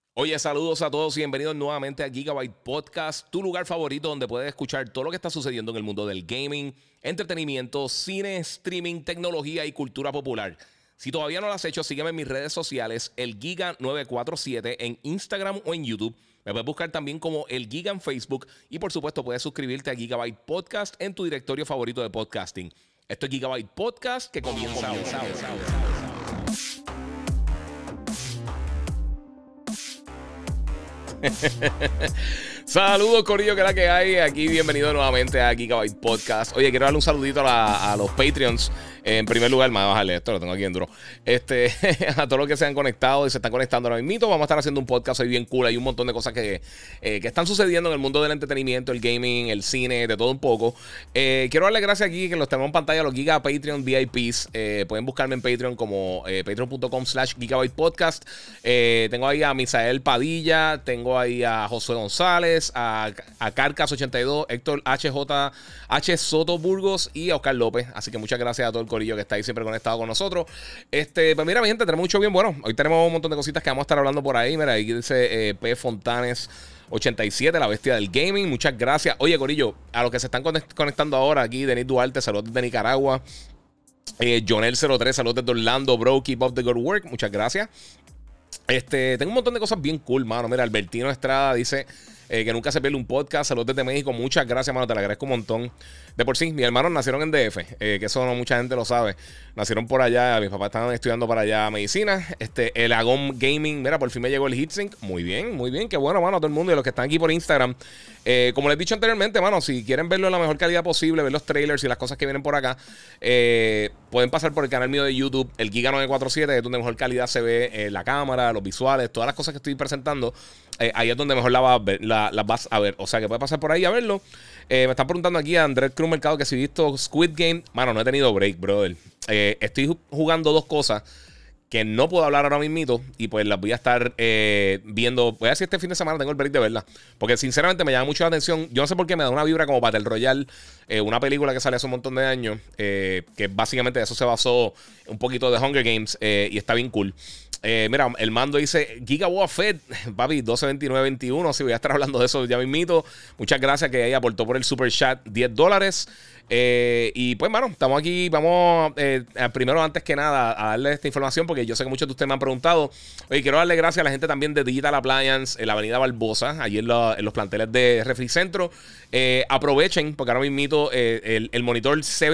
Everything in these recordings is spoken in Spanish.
Oye, saludos a todos y bienvenidos nuevamente a Gigabyte Podcast, tu lugar favorito donde puedes escuchar todo lo que está sucediendo en el mundo del gaming, entretenimiento, cine, streaming, tecnología y cultura popular. Si todavía no lo has hecho, sígueme en mis redes sociales, el Giga947 en Instagram o en YouTube. Me puedes buscar también como el Giga en Facebook y por supuesto puedes suscribirte a Gigabyte Podcast en tu directorio favorito de podcasting. Esto es Gigabyte Podcast que comienza ahora. Saludos, corillo, que es la que hay. Aquí, bienvenido nuevamente a Gigabyte Podcast. Oye, quiero darle un saludito a los Patreons. En primer lugar, más bajarle esto, lo tengo aquí en duro. A todos los que se han conectado y se están conectando ahora mismo. Vamos a estar haciendo un podcast hoy bien cool. Hay un montón de cosas que están sucediendo en el mundo del entretenimiento, el gaming, el cine, de todo un poco. Quiero darle gracias aquí que los tenemos en pantalla, los Giga Patreon VIPs. Pueden buscarme en Patreon como patreon.com/Gigabyte Podcast. Tengo ahí a Misael Padilla, tengo ahí a Josué González, a Carcas82, Héctor H. Soto Burgos y a Oscar López. Así que muchas gracias a todo el corillo que está ahí siempre conectado con nosotros. Pues mira, mi gente, tenemos mucho bien bueno. Hoy tenemos un montón de cositas que vamos a estar hablando por ahí. Mira, ahí dice P. Fontanes 87, la bestia del gaming. Muchas gracias. Oye, corillo, a los que se están conectando ahora aquí, Denis Duarte, saludos desde Nicaragua. Jonel03, saludos desde Orlando, bro, keep up the good work. Muchas gracias. Tengo un montón de cosas bien cool, mano. Mira, Albertino Estrada dice que nunca se pierde un podcast. Saludos desde México. Muchas gracias, mano. Te lo agradezco un montón. De por sí, mis hermanos nacieron en DF, que eso no mucha gente lo sabe. Nacieron por allá. Mis papás estaban estudiando para allá medicina. El Agom Gaming. Mira, por fin me llegó el Heatsink. Muy bien, muy bien. Qué bueno, mano, a todo el mundo. Y los que están aquí por Instagram. Como les he dicho anteriormente, mano, si quieren verlo en la mejor calidad posible, ver los trailers y las cosas que vienen por acá, pueden pasar por el canal mío de YouTube, el Giga947, que es donde mejor calidad se ve la cámara, los visuales, todas las cosas que estoy presentando. Ahí es donde mejor las vas a ver. O sea que puedes pasar por ahí a verlo. Me están preguntando aquí a Andrés Cruz Mercado que si he visto Squid Game. Mano, no he tenido break, brother. Estoy jugando dos cosas que no puedo hablar ahora mismito y pues las voy a estar viendo. Voy a ver si este fin de semana tengo el break de verla, porque sinceramente me llama mucho la atención. Yo no sé por qué me da una vibra como Battle Royale, una película que sale hace un montón de años, que básicamente de eso se basó un poquito de Hunger Games, y está bien cool. Mira, el mando dice Giga Boba Fett, papi, 12.29.21. Sí, voy a estar hablando de eso ya mismito. Muchas gracias que ella aportó por el super chat $10. Y pues, mano, estamos aquí. Vamos primero, antes que nada, a darle esta información, porque yo sé que muchos de ustedes me han preguntado. Oye, quiero darle gracias a la gente también de Digital Appliance en la avenida Barbosa, allí en los planteles de Refricentro. Aprovechen, porque ahora mismito el monitor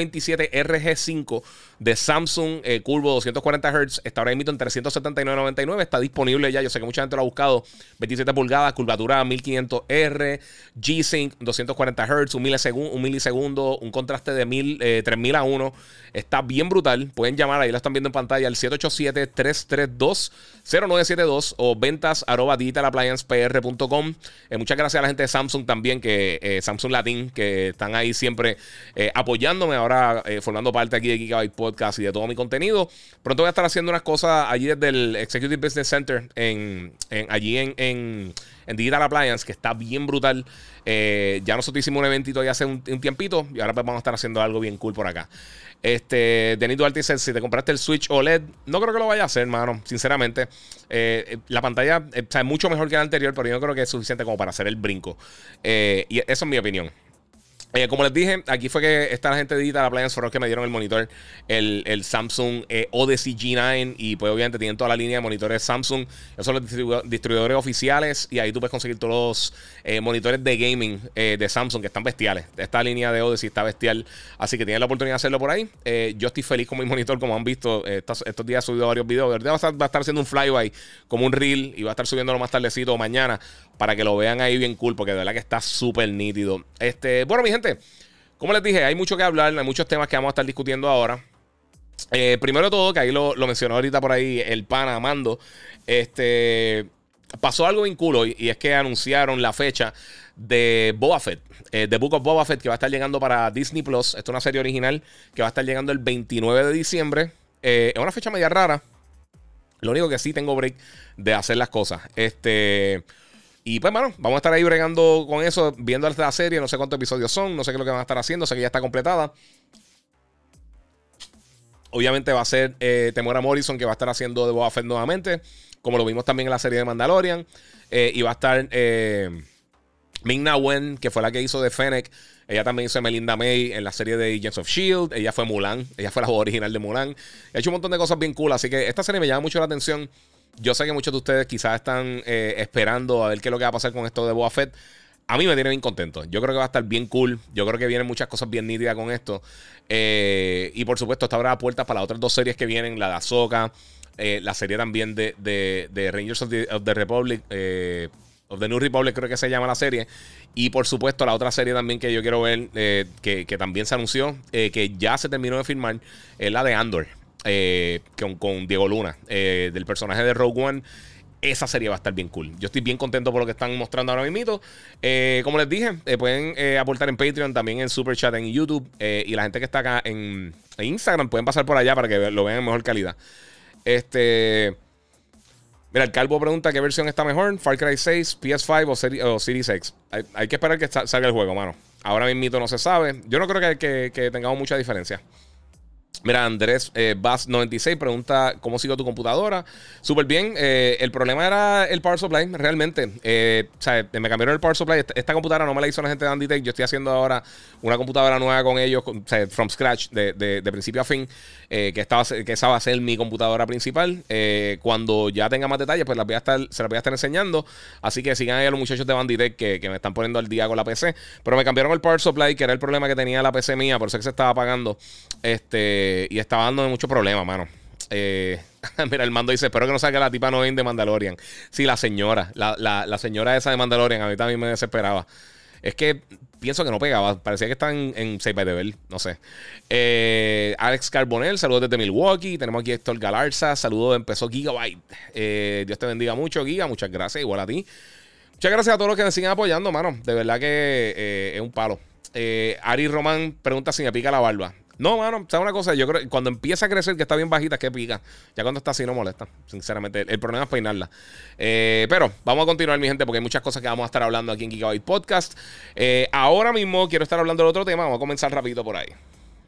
C27RG5 de Samsung, curvo 240 Hz, está ahora mismo en $379.99. Está disponible ya. Yo sé que mucha gente lo ha buscado. 27 pulgadas, curvatura 1500R, G-Sync 240 Hz, un milisegundo, un contraste de 3000 a 1. Está bien brutal. Pueden llamar, ahí lo están viendo en pantalla, al 787-332-0972 o ventas@digitalappliancepr.com. Muchas gracias a la gente de Samsung también, que Samsung Latin, que están ahí siempre apoyándome, ahora formando parte aquí de Gigabyte Podcast y de todo mi contenido. Pronto voy a estar haciendo unas cosas allí desde el Executive Business Center allí en Digital Appliance, que está bien brutal. Ya nosotros hicimos un eventito ya hace un tiempito y ahora pues vamos a estar haciendo algo bien cool por acá. Denis Duarte dice, si te compraste el Switch OLED, no creo que lo vaya a hacer, mano, sinceramente. La pantalla es mucho mejor que la anterior, pero yo no creo que es suficiente como para hacer el brinco. Y eso es mi opinión. Como les dije, aquí fue que está la gente de Digital Appliance, fueron los que me dieron el monitor, el Samsung Odyssey G9, y pues obviamente tienen toda la línea de monitores Samsung. Esos son los distribuidores oficiales, y ahí tú puedes conseguir todos los monitores de gaming de Samsung, que están bestiales. Esta línea de Odyssey está bestial, así que tienen la oportunidad de hacerlo por ahí. Yo estoy feliz con mi monitor, como han visto. Estos días he subido varios videos. Va a estar haciendo un flyby, como un reel, y va a estar subiéndolo más tardecito o mañana, para que lo vean ahí bien cool, porque de verdad que está súper nítido. Bueno, mi gente, como les dije, hay mucho que hablar, hay muchos temas que vamos a estar discutiendo ahora. Primero de todo, que ahí lo mencionó ahorita por ahí el pana Mando. Pasó algo bien cool hoy, y es que anunciaron la fecha de Boba Fett, The Book of Boba Fett, que va a estar llegando para Disney Plus. Esto es una serie original que va a estar llegando el 29 de diciembre. Es una fecha media rara. Lo único que sí tengo break de hacer las cosas. Y pues, bueno, vamos a estar ahí bregando con eso, viendo la serie. No sé cuántos episodios son, no sé qué es lo que van a estar haciendo, sé que ya está completada. Obviamente va a ser Temuera Morrison, que va a estar haciendo de Boba Fett nuevamente, como lo vimos también en la serie de Mandalorian. Y va a estar Ming-Na Wen, que fue la que hizo de Fennec. Ella también hizo de Melinda May en la serie de Agents of S.H.I.E.L.D. Ella fue Mulan. Ella fue la voz original de Mulan. Ha hecho un montón de cosas bien cool. Así que esta serie me llama mucho la atención. Yo sé que muchos de ustedes quizás están esperando a ver qué es lo que va a pasar con esto de Boba Fett. A mí me tiene bien contento. Yo creo que va a estar bien cool. Yo creo que vienen muchas cosas bien nítidas con esto. Y por supuesto, está abre puertas para las otras dos series que vienen. La de Ahsoka. La serie también de Rangers of the Republic. Of the New Republic, creo que se llama la serie. Y por supuesto, la otra serie también que yo quiero ver, que también se anunció, que ya se terminó de filmar, es la de Andor. Con Diego Luna, del personaje de Rogue One. Esa serie va a estar bien cool. Yo estoy bien contento por lo que están mostrando ahora mismo. Como les dije, pueden aportar en Patreon, también en Super Chat en YouTube. Y la gente que está acá en Instagram pueden pasar por allá para que lo vean en mejor calidad. Mira, el Calvo pregunta qué versión está mejor, Far Cry 6, PS5 o Series X. Hay que esperar que salga el juego, mano. Ahora mismo no se sabe. Yo no creo que tengamos mucha diferencia. Mira, Andrés Bass96 pregunta ¿cómo sigo tu computadora? Súper bien. El problema era el power supply, realmente. O sea, me cambiaron el power supply. Esta computadora no me la hizo la gente de Anditech. Yo estoy haciendo ahora una computadora nueva con ellos, o sea, from scratch, de principio a fin. Que esa va a ser mi computadora principal. Cuando ya tenga más detalles, pues se las voy a estar enseñando. Así que sigan ahí a los muchachos de Banditech que me están poniendo al día con la PC. Pero me cambiaron el power supply, que era el problema que tenía la PC mía, por eso es que se estaba apagando. Y estaba dando mucho problema, mano. Mira, el mando dice: espero que no salga la tipa Noin de Mandalorian. Sí, la señora. La señora esa de Mandalorian a mí también me desesperaba. Es que pienso que no pegaba. Parecía que está en Save by the Bell. No sé. Alex Carbonell, saludos desde Milwaukee. Tenemos aquí a Héctor Galarza. Saludos, empezó Gigabyte. Dios te bendiga mucho, Giga. Muchas gracias. Igual a ti. Muchas gracias a todos los que me siguen apoyando, mano. De verdad que es un palo. Ari Román pregunta si me pica la barba. No, mano, ¿sabes una cosa? Yo creo que cuando empieza a crecer, que está bien bajita, es que pica. Ya cuando está así no molesta, sinceramente. El problema es peinarla. Pero vamos a continuar, mi gente, porque hay muchas cosas que vamos a estar hablando aquí en Gigabyte Podcast. Ahora mismo quiero estar hablando del otro tema. Vamos a comenzar rapidito por ahí.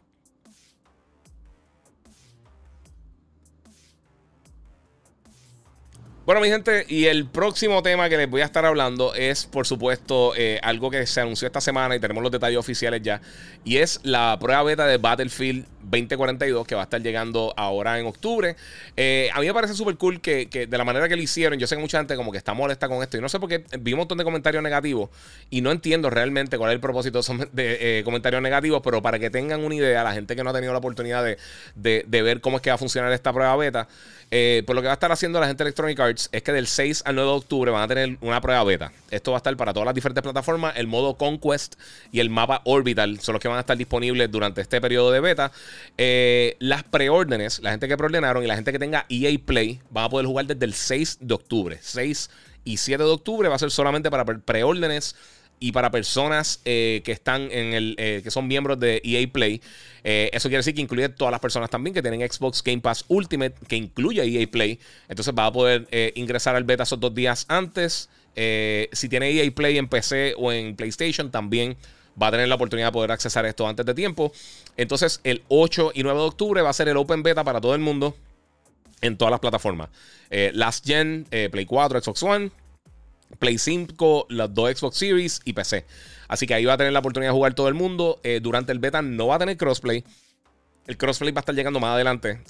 Bueno, mi gente, y el próximo tema que les voy a estar hablando es, por supuesto, algo que se anunció esta semana y tenemos los detalles oficiales ya. Y es la prueba beta de Battlefield 2042 que va a estar llegando ahora en octubre. A mí me parece súper cool que de la manera que lo hicieron, yo sé que mucha gente como que está molesta con esto. Y no sé por qué vi un montón de comentarios negativos y no entiendo realmente cuál es el propósito de comentarios negativos, pero para que tengan una idea, la gente que no ha tenido la oportunidad de ver cómo es que va a funcionar esta prueba beta, pues lo que va a estar haciendo la gente de Electronic Arts es que del 6 al 9 de octubre van a tener una prueba beta. Esto va a estar para todas las diferentes plataformas. El modo Conquest y el mapa Orbital son los que van a estar disponibles durante este periodo de beta. Las preórdenes, la gente que preordenaron y la gente que tenga EA Play van a poder jugar desde el 6 de octubre. 6 y 7 de octubre va a ser solamente para preórdenes y para personas que están que son miembros de EA Play. Eso quiere decir que incluye todas las personas también que tienen Xbox Game Pass Ultimate, que incluye EA Play. Entonces va a poder ingresar al beta esos 2 días antes. Si tiene EA Play en PC o en PlayStation, también va a tener la oportunidad de poder accesar esto antes de tiempo. Entonces el 8 y 9 de octubre va a ser el Open Beta para todo el mundo en todas las plataformas. Last Gen, Play 4, Xbox One, Play 5, las 2 Xbox Series y PC. Así que ahí va a tener la oportunidad de jugar todo el mundo. Durante el beta no va a tener crossplay. El crossplay va a estar llegando más adelante.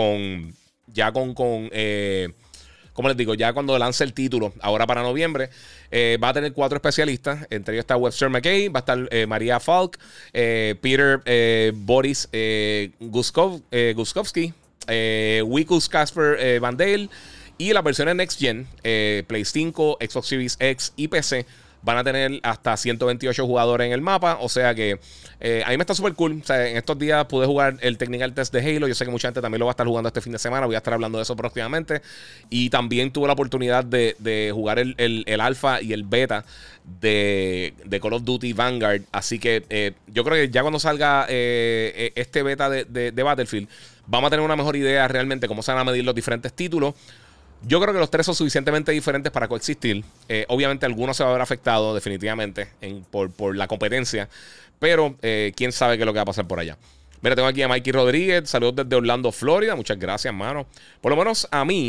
Como les digo, ya cuando lance el título, ahora para noviembre, va a tener 4 especialistas. Entre ellos está Webster McKay, va a estar María Falk, Peter Boris Guskowski, Wikus Casper Van Dale. Y las versiones Next Gen, Play 5, Xbox Series X y PC, van a tener hasta 128 jugadores en el mapa. O sea que a mí me está súper cool. O sea, en estos días pude jugar el Technical Test de Halo. Yo sé que mucha gente también lo va a estar jugando este fin de semana. Voy a estar hablando de eso próximamente. Y también tuve la oportunidad de jugar el alfa y el beta de Call of Duty Vanguard. Así que yo creo que ya cuando salga este beta de Battlefield, vamos a tener una mejor idea realmente cómo se van a medir los diferentes títulos. Yo creo que los 3 son suficientemente diferentes para coexistir. Obviamente algunos se va a ver afectado definitivamente por la competencia. Pero quién sabe qué es lo que va a pasar por allá. Mira, tengo aquí a Mikey Rodríguez. Saludos desde Orlando, Florida. Muchas gracias, hermano. Por lo menos a mí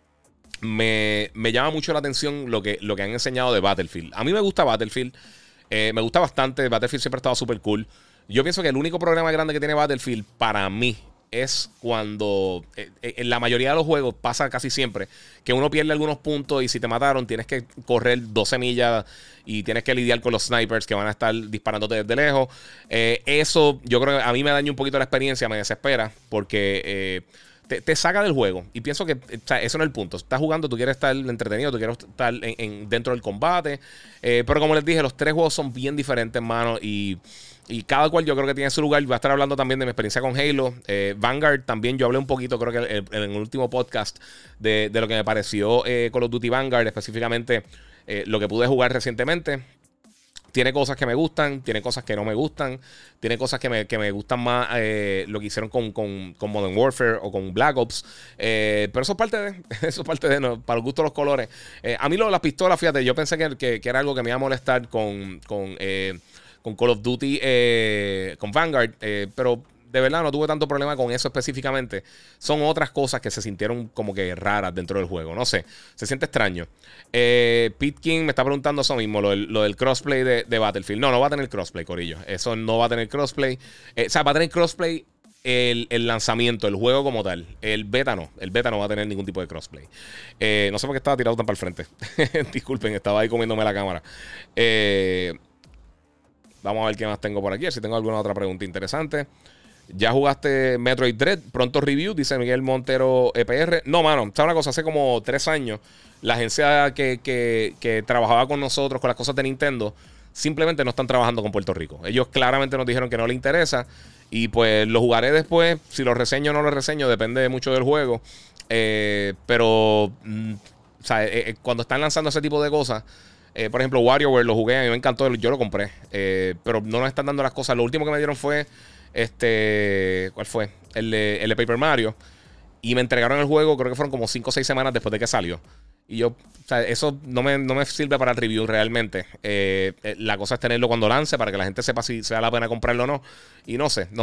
me llama mucho la atención lo que han enseñado de Battlefield. A mí me gusta Battlefield. Me gusta bastante. Battlefield siempre ha estado súper cool. Yo pienso que el único problema grande que tiene Battlefield para mí es cuando en la mayoría de los juegos pasa casi siempre que uno pierde algunos puntos y si te mataron tienes que correr 12 millas y tienes que lidiar con los snipers que van a estar disparándote desde lejos. Eso yo creo que a mí me daña un poquito la experiencia, me desespera porque te saca del juego. Y pienso que o sea, eso no es el punto. Estás jugando, tú quieres estar entretenido, tú quieres estar dentro del combate. Pero como les dije, los tres juegos son bien diferentes, hermano. Y cada cual yo creo que tiene su lugar. Voy a estar hablando también de mi experiencia con Halo. Vanguard también yo hablé un poquito, creo que en el último podcast, de lo que me pareció Call of Duty Vanguard, específicamente lo que pude jugar recientemente. Tiene cosas que me gustan, tiene cosas que no me gustan, tiene cosas que me gustan más lo que hicieron con Modern Warfare o con Black Ops. Pero eso es parte de, eso es parte de no, para el gusto de los colores. A mí lo de las pistolas, fíjate, yo pensé que era algo que me iba a molestar con Call of Duty, con Vanguard, pero de verdad no tuve tanto problema con eso específicamente. Son otras cosas que se sintieron como que raras dentro del juego. No sé, se siente extraño. Pete King me está preguntando eso mismo, lo del crossplay de Battlefield. No va a tener crossplay, corillo. Eso no va a tener crossplay. O sea, va a tener crossplay el lanzamiento, el juego como tal. El beta no va a tener ningún tipo de crossplay. No sé por qué estaba tirado tan para el frente. Disculpen, estaba ahí comiéndome la cámara. Vamos a ver qué más tengo por aquí. A ver si tengo alguna otra pregunta interesante. ¿Ya jugaste Metroid Dread? Pronto review, dice Miguel Montero EPR. No, mano, ¿sabes una cosa? Hace como 3 años, la agencia que trabajaba con nosotros, con las cosas de Nintendo, simplemente no están trabajando con Puerto Rico. Ellos claramente nos dijeron que no les interesa. Y pues lo jugaré después. Si lo reseño o no lo reseño, depende mucho del juego. Pero, o sea, cuando están lanzando ese tipo de cosas. Por ejemplo, WarioWare lo jugué, a mí me encantó, yo lo compré. Pero no nos están dando las cosas. Lo último que me dieron fue ¿cuál fue? El de Paper Mario. Y me entregaron el juego, creo que fueron como 5 o 6 semanas después de que salió. Y yo, o sea, eso no me sirve para el review realmente. La cosa es tenerlo cuando lance para que la gente sepa si se da la pena comprarlo o no. Y no sé.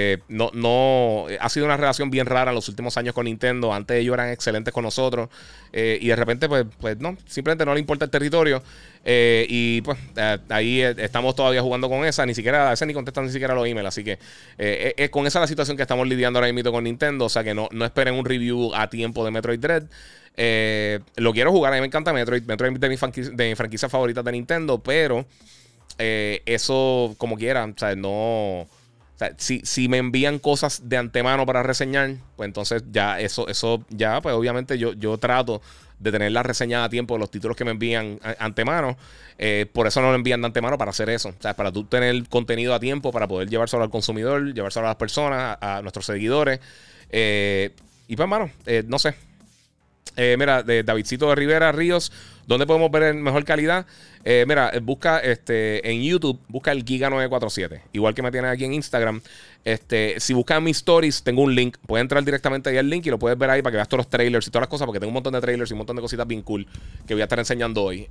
Ha sido una relación bien rara en los últimos años con Nintendo. Antes ellos eran excelentes con nosotros. Y de repente, pues no, simplemente no le importa el territorio. Y pues ahí estamos todavía jugando con esa. Ni siquiera, a esa ni contestan ni siquiera los emails. Así que con esa es la situación que estamos lidiando ahora mismo con Nintendo. O sea que no esperen un review a tiempo de Metroid Dread. Lo quiero jugar, a mí me encanta Metroid es de mi franquicia favorita de Nintendo, pero eso como quiera, o sea, no, o sea, si me envían cosas de antemano para reseñar, pues entonces ya eso ya, pues obviamente yo trato de tener la reseña a tiempo de los títulos que me envían antemano. Por eso no lo envían de antemano, para hacer eso, o sea, para tú tener contenido a tiempo, para poder llevárselo al consumidor, llevárselo a las personas, a nuestros seguidores. Y pues, mano, no sé. Mira, de Davidcito de Rivera Ríos, ¿dónde podemos ver en mejor calidad? Mira, busca en YouTube, busca el Giga947, igual que me tienes aquí en Instagram. Si buscas mis stories, tengo un link. Puedes entrar directamente ahí al link y lo puedes ver ahí para que veas todos los trailers y todas las cosas, porque tengo un montón de trailers y un montón de cositas bien cool que voy a estar enseñando hoy.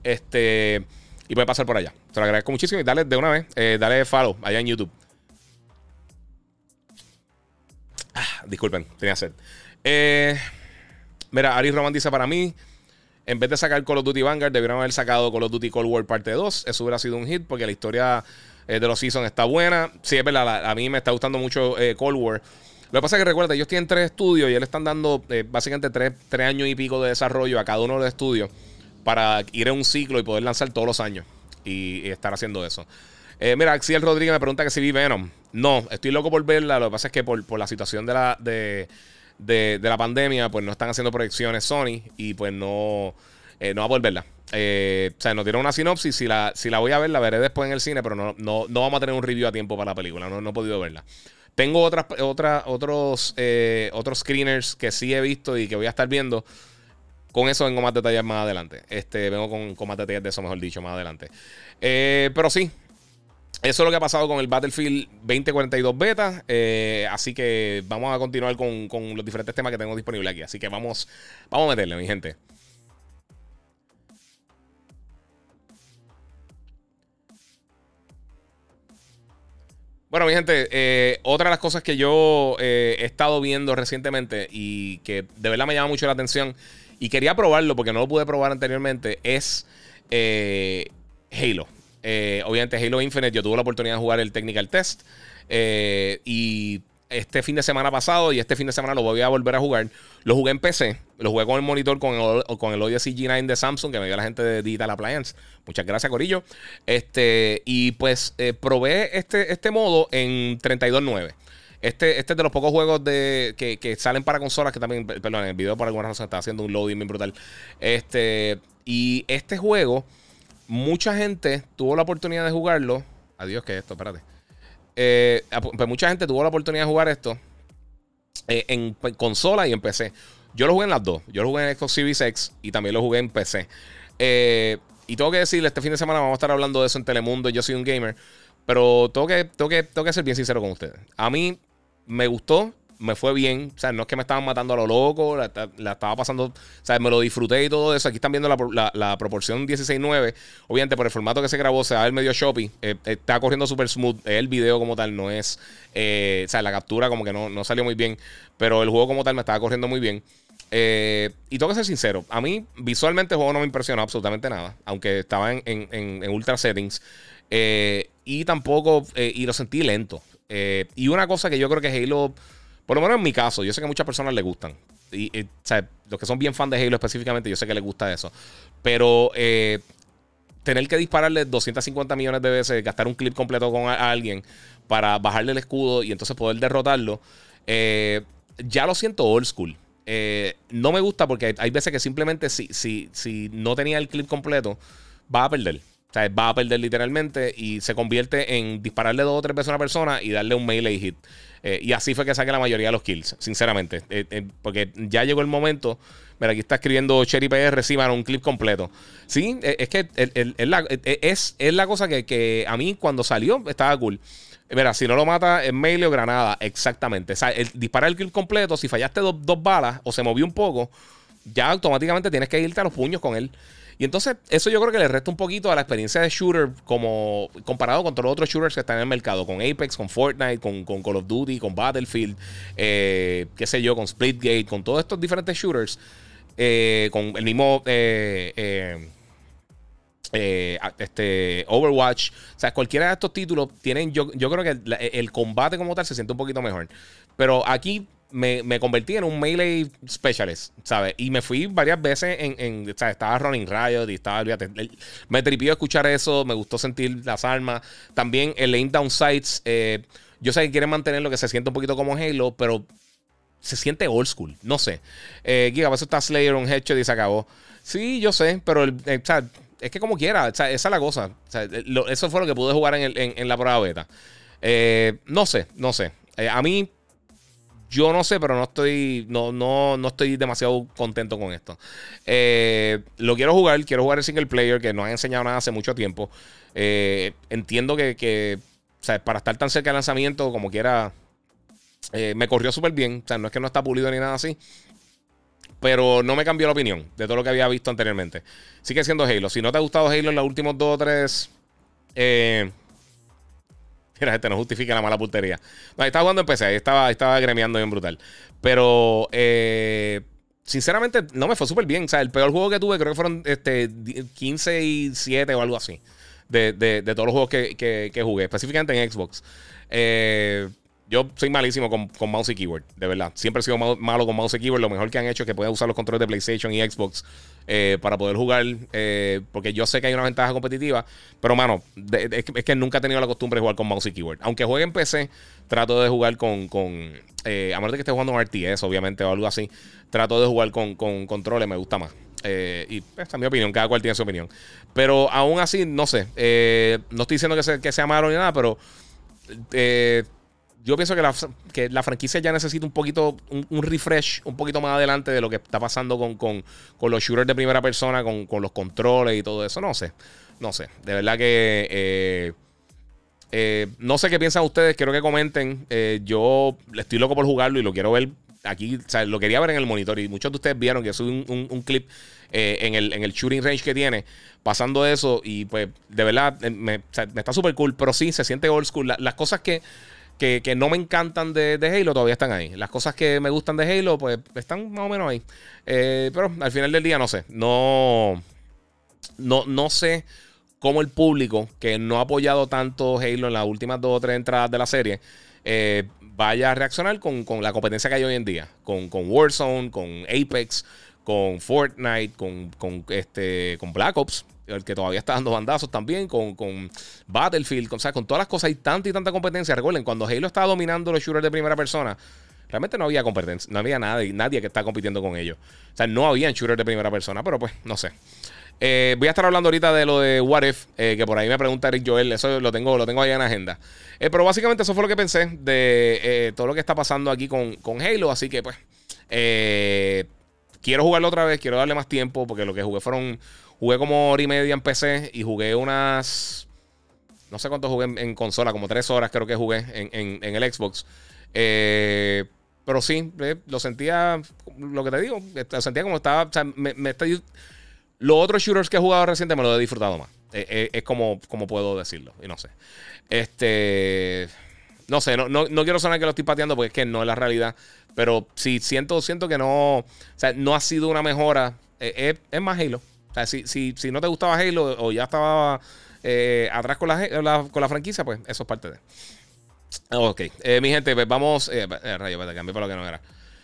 Y puedes pasar por allá. Te lo agradezco muchísimo y dale de una vez, dale follow allá en YouTube. Disculpen, tenía sed. Mira, Ari Roman dice: para mí, en vez de sacar Call of Duty Vanguard, debieron haber sacado Call of Duty Cold War parte 2. Eso hubiera sido un hit porque la historia de los seasons está buena. Sí, es verdad, a mí me está gustando mucho Cold War. Lo que pasa es que recuerda, ellos tienen 3 estudios y ellos le están dando básicamente 3 años y pico de desarrollo a cada uno de los estudios para ir en un ciclo y poder lanzar todos los años y estar haciendo eso. Mira, Axiel Rodríguez me pregunta que si vi Venom. No, estoy loco por verla. Lo que pasa es que por la situación de la pandemia, pues no están haciendo proyecciones Sony y pues no va a volverla. O sea, nos dieron una sinopsis. Si la voy a ver, la veré después en el cine, pero no vamos a tener un review a tiempo para la película. No he podido verla. Tengo otros screeners que sí he visto y que voy a estar viendo. Con eso vengo más detalles más adelante. Vengo con más detalles de eso, mejor dicho, más adelante. Pero sí. Eso es lo que ha pasado con el Battlefield 2042 Beta. Así que vamos a continuar con los diferentes temas que tengo disponibles aquí. Así que vamos a meterle, mi gente. Bueno, mi gente, otra de las cosas que yo he estado viendo recientemente y que de verdad me llama mucho la atención y quería probarlo porque no lo pude probar anteriormente es Halo. Obviamente Halo Infinite, yo tuve la oportunidad de jugar el Technical Test y este fin de semana pasado y este fin de semana lo voy a volver a jugar. Lo jugué en PC, lo jugué con el monitor con el Odyssey G9 de Samsung que me dio la gente de Digital Appliance. Muchas gracias, Corillo. Y pues probé este modo en 32.9. Este es de los pocos juegos que salen para consolas que también, perdón, en el video por alguna razón estaba haciendo un loading bien brutal. Y este juego, mucha gente tuvo la oportunidad de jugarlo. Adiós, ¿qué es esto? Espérate. Pues mucha gente tuvo la oportunidad de jugar esto en consola y en PC. Yo lo jugué en las dos. Yo lo jugué en Xbox Series X y también lo jugué en PC. Y tengo que decirle, este fin de semana vamos a estar hablando de eso en Telemundo. Yo soy un gamer, pero tengo que ser bien sincero con ustedes. A mí me gustó, me fue bien. O sea, no es que me estaban matando a lo loco, la estaba pasando, o sea, me lo disfruté y todo eso. Aquí están viendo la proporción 16:9. Obviamente, por el formato que se grabó, se va a ver medio choppy. Está corriendo super smooth. El video como tal no es, o sea, la captura como que no salió muy bien, pero el juego como tal me estaba corriendo muy bien. Y tengo que ser sincero, a mí visualmente el juego no me impresionó absolutamente nada, aunque estaba en ultra settings. Y tampoco, y lo sentí lento. Y una cosa que yo creo que Halo, por lo menos en mi caso, yo sé que a muchas personas les gustan. O sea, los que son bien fan de Halo específicamente, yo sé que les gusta eso. Pero tener que dispararle 250 millones de veces, gastar un clip completo con a alguien para bajarle el escudo y entonces poder derrotarlo, ya lo siento old school. No me gusta porque hay veces que simplemente si no tenía el clip completo, va a perder. O sea, va a perder literalmente y se convierte en dispararle 2 o 3 veces a una persona y darle un melee hit. Y así fue que saqué la mayoría de los kills, sinceramente. Porque ya llegó el momento. Mira, aquí está escribiendo Cherry PR, sí, mano, un clip completo. Sí, es que es la cosa que a mí cuando salió estaba cool. Mira, si no lo mata en melee o granada, exactamente. O sea, disparar el clip completo, si fallaste dos balas o se movió un poco, ya automáticamente tienes que irte a los puños con él. Y entonces, eso yo creo que le resta un poquito a la experiencia de shooter como comparado con todos los otros shooters que están en el mercado. Con Apex, con Fortnite, con Call of Duty, con Battlefield, qué sé yo, con Splitgate, con todos estos diferentes shooters. Con el mismo Overwatch. O sea, cualquiera de estos títulos tienen, yo creo que el combate como tal se siente un poquito mejor. Pero aquí me convertí en un melee specialist, ¿sabes? Y me fui varias veces o sea, estaba running riot y estaba, me tripió escuchar eso, me gustó sentir las armas. También el aim down sights, yo sé que quieren mantener lo que se siente un poquito como Halo, pero se siente old school, no sé. Giga, a veces está Slayer, un headshot y se acabó. Sí, yo sé, pero o sea, es que como quiera, o sea, esa es la cosa. O sea, eso fue lo que pude jugar en la prueba beta. No sé. A mí, yo no sé, pero no estoy demasiado contento con esto. Lo quiero jugar el single player, que no han enseñado nada hace mucho tiempo. Entiendo que o sea, para estar tan cerca del lanzamiento, como quiera, me corrió súper bien. O sea, no es que no está pulido ni nada así. Pero no me cambió la opinión de todo lo que había visto anteriormente. Sigue siendo Halo. Si no te ha gustado Halo en los últimos 2 o 3... mira, gente, no justifica la mala puntería. No, estaba jugando en PC. Ahí estaba gremeando bien brutal. Pero... sinceramente, no me fue súper bien. O sea, el peor juego que tuve creo que fueron 15 y 7 o algo así. De todos los juegos que jugué. Específicamente en Xbox. Yo soy malísimo con mouse y keyboard, de verdad. Siempre he sido malo con mouse y keyboard. Lo mejor que han hecho es que puedas usar los controles de PlayStation y Xbox para poder jugar. Porque yo sé que hay una ventaja competitiva. Pero, mano, es que nunca he tenido la costumbre de jugar con mouse y keyboard. Aunque juegue en PC, trato de jugar con a menos de que esté jugando un RTS, obviamente, o algo así. Trato de jugar con controles, me gusta más. Y esta es mi opinión, cada cual tiene su opinión. Pero aún así, no sé. No estoy diciendo que sea malo ni nada, pero... yo pienso que la franquicia ya necesita un poquito, un refresh un poquito más adelante de lo que está pasando con los shooters de primera persona, con los controles y todo eso. No sé. De verdad que no sé qué piensan ustedes. Quiero que comenten. Yo estoy loco por jugarlo y lo quiero ver aquí. O sea, lo quería ver en el monitor y muchos de ustedes vieron que subí un clip en el shooting range que tiene, pasando eso. Y pues, de verdad, me está súper cool. Pero sí, se siente old school. Las cosas que no me encantan de Halo todavía están ahí. Las cosas que me gustan de Halo, pues están más o menos ahí. Pero al final del día, no sé. No sé cómo el público que no ha apoyado tanto Halo en las últimas 2 o 3 entradas de la serie vaya a reaccionar con la competencia que hay hoy en día. Con Warzone, con Apex, con Fortnite, con Black Ops, el que todavía está dando bandazos también, con Battlefield, con todas las cosas. Hay tanta y tanta competencia. Recuerden, cuando Halo estaba dominando los shooters de primera persona, realmente no había competencia, no había nadie que estaba compitiendo con ellos. O sea, no había shooters de primera persona, pero pues, no sé. Voy a estar hablando ahorita de lo de What If, que por ahí me pregunta Eric Joel, eso lo tengo ahí en la agenda. Pero básicamente eso fue lo que pensé de todo lo que está pasando aquí con Halo, así que pues quiero jugarlo otra vez, quiero darle más tiempo, porque lo que jugué como hora y media en PC y jugué no sé cuánto jugué en consola, como 3 horas creo que jugué en el Xbox. Pero sí, lo sentía, lo que te digo, lo sentía como estaba, o sea, los otros shooters que he jugado reciente me lo he disfrutado más. Es como puedo decirlo. Y no sé. No sé, no quiero sonar que lo estoy pateando porque es que no es la realidad. Pero sí, siento que no. O sea, no ha sido una mejora. Es más Halo. O sea, si no te gustaba Halo o ya estaba atrás con la franquicia, pues eso es parte de. Ok. Mi gente, pues vamos. Rayo, cambié para lo que no era.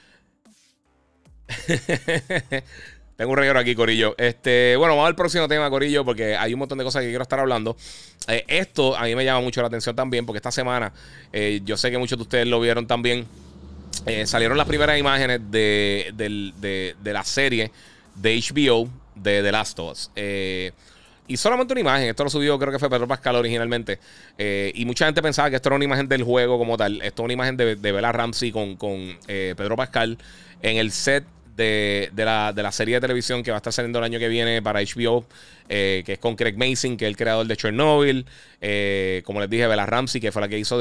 Tengo un reguero aquí, Corillo. Bueno, vamos al próximo tema, Corillo, porque hay un montón de cosas que quiero estar hablando. Esto a mí me llama mucho la atención también, porque esta semana, yo sé que muchos de ustedes lo vieron también. Salieron las primeras imágenes de la serie de HBO de The Last of Us. Y solamente una imagen. Esto lo subió, creo que fue Pedro Pascal originalmente. Y mucha gente pensaba que esto era una imagen del juego como tal. Esto es una imagen de Bella Ramsey con Pedro Pascal en el set de la serie de televisión que va a estar saliendo el año que viene para HBO, que es con Craig Mazin, que es el creador de Chernobyl. Como les dije, Bella Ramsey, que fue la que hizo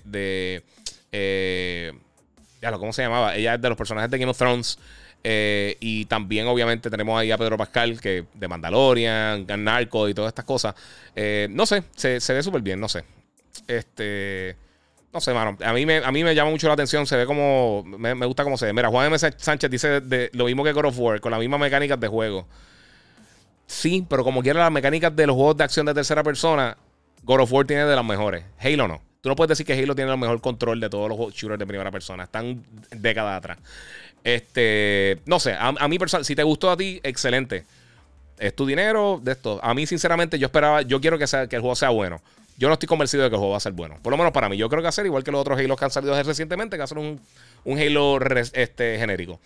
¿cómo se llamaba? Ella es de los personajes de Game of Thrones. Y también, obviamente, tenemos ahí a Pedro Pascal, que de Mandalorian, Narco y todas estas cosas. No sé, se ve súper bien, no sé. No sé, mano. A mí me llama mucho la atención. Se ve como. Me gusta cómo se ve. Mira, Juan M. Sánchez dice lo mismo que God of War, con las mismas mecánicas de juego. Sí, pero como quiera, las mecánicas de los juegos de acción de tercera persona, God of War tiene de las mejores. Halo no. Tú no puedes decir que Halo tiene el mejor control de todos los shooters de primera persona. Están décadas atrás. No sé, a mí personal, si te gustó a ti, excelente. Es tu dinero de esto. A mí, sinceramente, yo quiero que el juego sea bueno. Yo no estoy convencido de que el juego va a ser bueno. Por lo menos para mí. Yo creo que va a ser igual que los otros Halo que han salido recientemente, que va a ser un Halo genérico.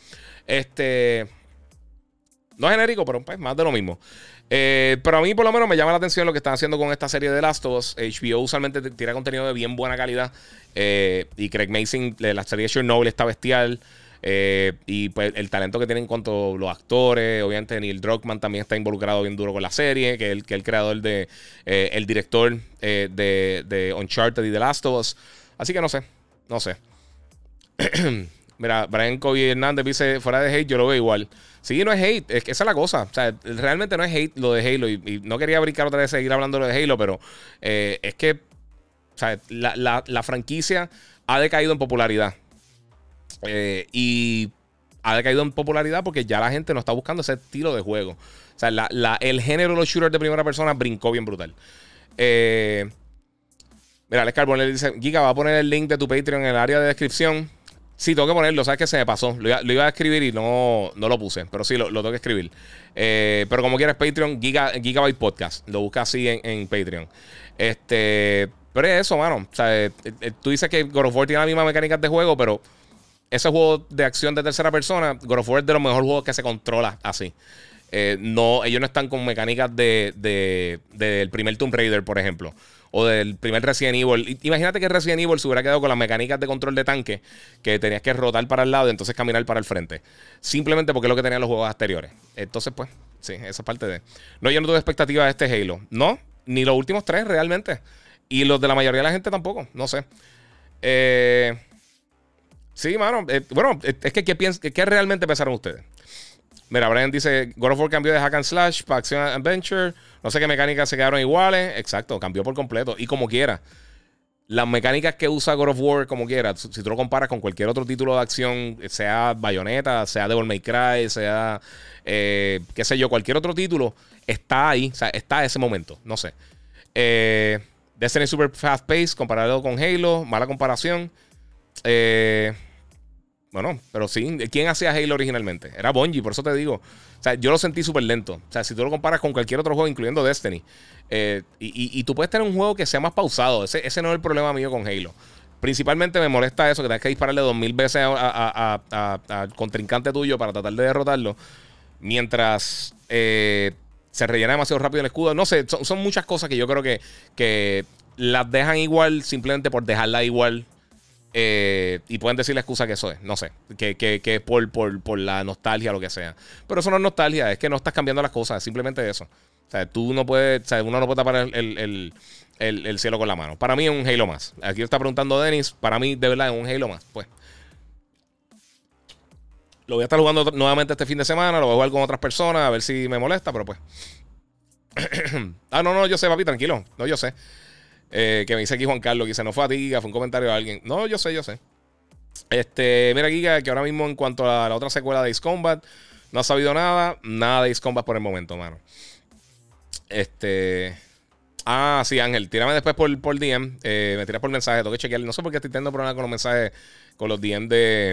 No genérico, pero pues, más de lo mismo. Pero a mí, por lo menos, me llama la atención lo que están haciendo con esta serie de Last of Us. HBO usualmente tira contenido de bien buena calidad. Y Craig Mazin, la serie de Chernobyl está bestial. Y pues el talento que tienen en cuanto a los actores. Obviamente Neil Druckmann también está involucrado bien duro con la serie, que es el creador el director de Uncharted y The Last of Us. Así que no sé. Mira, Brian Kobe Hernández dice, fuera de hate yo lo veo igual. Sí, no es hate, es que esa es la cosa. O sea, realmente no es hate lo de Halo. Y no quería brincar otra vez seguir hablando de Halo, pero es que, o sea, la franquicia ha decaído en popularidad. Y ha decaído en popularidad porque ya la gente no está buscando ese estilo de juego. O sea, el género de los shooters de primera persona brincó bien brutal. Mira, Alex Carbonell dice, Giga, va a poner el link de tu Patreon en el área de descripción. Sí, tengo que ponerlo, sabes que se me pasó. Lo iba a escribir y no lo puse, pero sí, lo tengo que escribir. Pero como quieras, Patreon, Gigabyte Podcast. Lo buscas así en Patreon. Pero es eso, mano. O sea, tú dices que God of War tiene las mismas mecánicas de juego, pero ese juego de acción de tercera persona, God of War es de los mejores juegos que se controla así. Ellos no están con mecánicas del primer Tomb Raider, por ejemplo. O del primer Resident Evil. Imagínate que Resident Evil se hubiera quedado con las mecánicas de control de tanque, que tenías que rotar para el lado y entonces caminar para el frente. Simplemente porque es lo que tenían los juegos anteriores. Entonces, pues, sí, esa es parte de... No, yo no tuve expectativas de este Halo. No, ni los últimos 3 realmente. Y los de la mayoría de la gente tampoco. No sé. Sí, mano. Bueno, es que ¿qué realmente pensaron ustedes? Mira, Brian dice, God of War cambió de hack and slash para action adventure. No sé qué mecánicas se quedaron iguales. Exacto, cambió por completo. Y como quiera. Las mecánicas que usa God of War, como quiera, si tú lo comparas con cualquier otro título de acción, sea Bayonetta, sea Devil May Cry, sea, qué sé yo, cualquier otro título, está ahí, o sea, está a ese momento, no sé. Destiny Super Fast Pace, comparado con Halo, mala comparación. Bueno, pero sí, ¿quién hacía Halo originalmente? Era Bungie, por eso te digo. O sea, yo lo sentí súper lento. O sea, si tú lo comparas con cualquier otro juego, incluyendo Destiny, y tú puedes tener un juego que sea más pausado. Ese no es el problema mío con Halo. Principalmente me molesta eso, que tengas que dispararle 2000 veces al contrincante tuyo para tratar de derrotarlo. Mientras se rellena demasiado rápido el escudo. No sé, son muchas cosas que yo creo que las dejan igual simplemente por dejarla igual. Y pueden decir la excusa que eso es, no sé, que es por la nostalgia o lo que sea. Pero eso no es nostalgia, es que no estás cambiando las cosas, es simplemente eso. O sea, tú no puedes, o sea, uno no puede tapar el cielo con la mano. Para mí es un Halo más. Aquí está preguntando Dennis, para mí de verdad es un Halo más. Pues lo voy a estar jugando nuevamente este fin de semana, lo voy a jugar con otras personas, a ver si me molesta, pero pues. No, yo sé, papi, tranquilo. No, yo sé. Que me dice aquí Juan Carlos, que dice, no fue a ti, Giga, fue un comentario de alguien. No, yo sé. Mira, Giga, que ahora mismo en cuanto a la otra secuela de Ace Combat, no ha sabido nada de Ace Combat por el momento, mano. Sí, Ángel, tírame después por DM. Me tiras por mensaje, tengo que chequear. No sé por qué estoy teniendo problemas con los mensajes, con los DM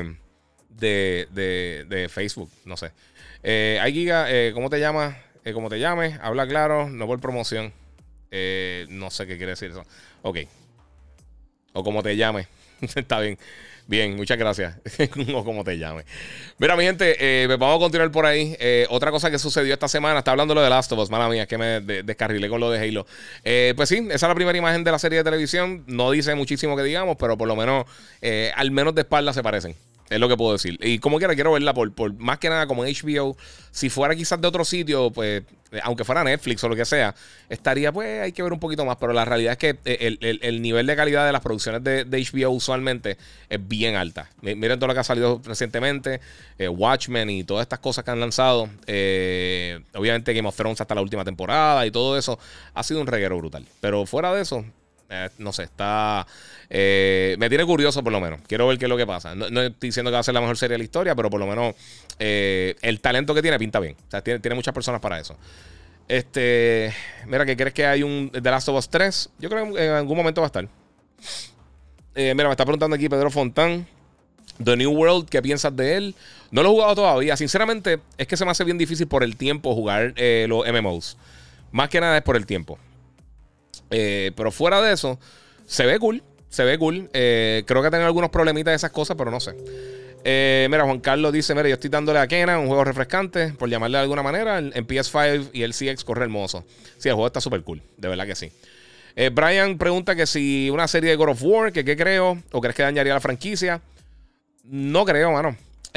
de Facebook, no sé. Ay, Giga, ¿cómo te llamas? Como te llames, habla claro, no por promoción. No sé qué quiere decir eso. Ok. O como te llame. Está bien. Bien, muchas gracias. O como te llame. Mira, mi gente, vamos a continuar por ahí. Otra cosa que sucedió esta semana, está hablando lo de Last of Us, mala mía, es que me descarrilé con lo de Halo. Pues sí, esa es la primera imagen de la serie de televisión. No dice muchísimo que digamos, pero por lo menos, al menos de espalda se parecen. Es lo que puedo decir. Y como quiera, quiero verla por más que nada como en HBO. Si fuera quizás de otro sitio, pues, aunque fuera Netflix o lo que sea, estaría, pues, hay que ver un poquito más. Pero la realidad es que el nivel de calidad de las producciones de HBO usualmente es bien alta. Miren todo lo que ha salido recientemente, Watchmen y todas estas cosas que han lanzado. Obviamente Game of Thrones hasta la última temporada y todo eso. Ha sido un reguero brutal. Pero fuera de eso, no sé, está... me tiene curioso por lo menos. Quiero ver qué es lo que pasa. No estoy diciendo que va a ser la mejor serie de la historia, pero por lo menos el talento que tiene pinta bien. O sea, tiene muchas personas para eso. Mira, ¿qué crees que hay un The Last of Us 3? Yo creo que en algún momento va a estar. Mira, me está preguntando aquí Pedro Fontán. The New World, ¿qué piensas de él? No lo he jugado todavía. Sinceramente, es que se me hace bien difícil por el tiempo jugar los MMOs. Más que nada es por el tiempo. Pero fuera de eso, se ve cool. Se ve cool. Creo que tengo algunos problemitas de esas cosas, pero no sé. Mira, Juan Carlos dice: mira, yo estoy dándole a Kena un juego refrescante, por llamarle de alguna manera. En PS5 y el CX corre hermoso. Sí, el juego está súper cool. De verdad que sí. Brian pregunta que si una serie de God of War, que qué creo, o crees que dañaría la franquicia. No creo, mano.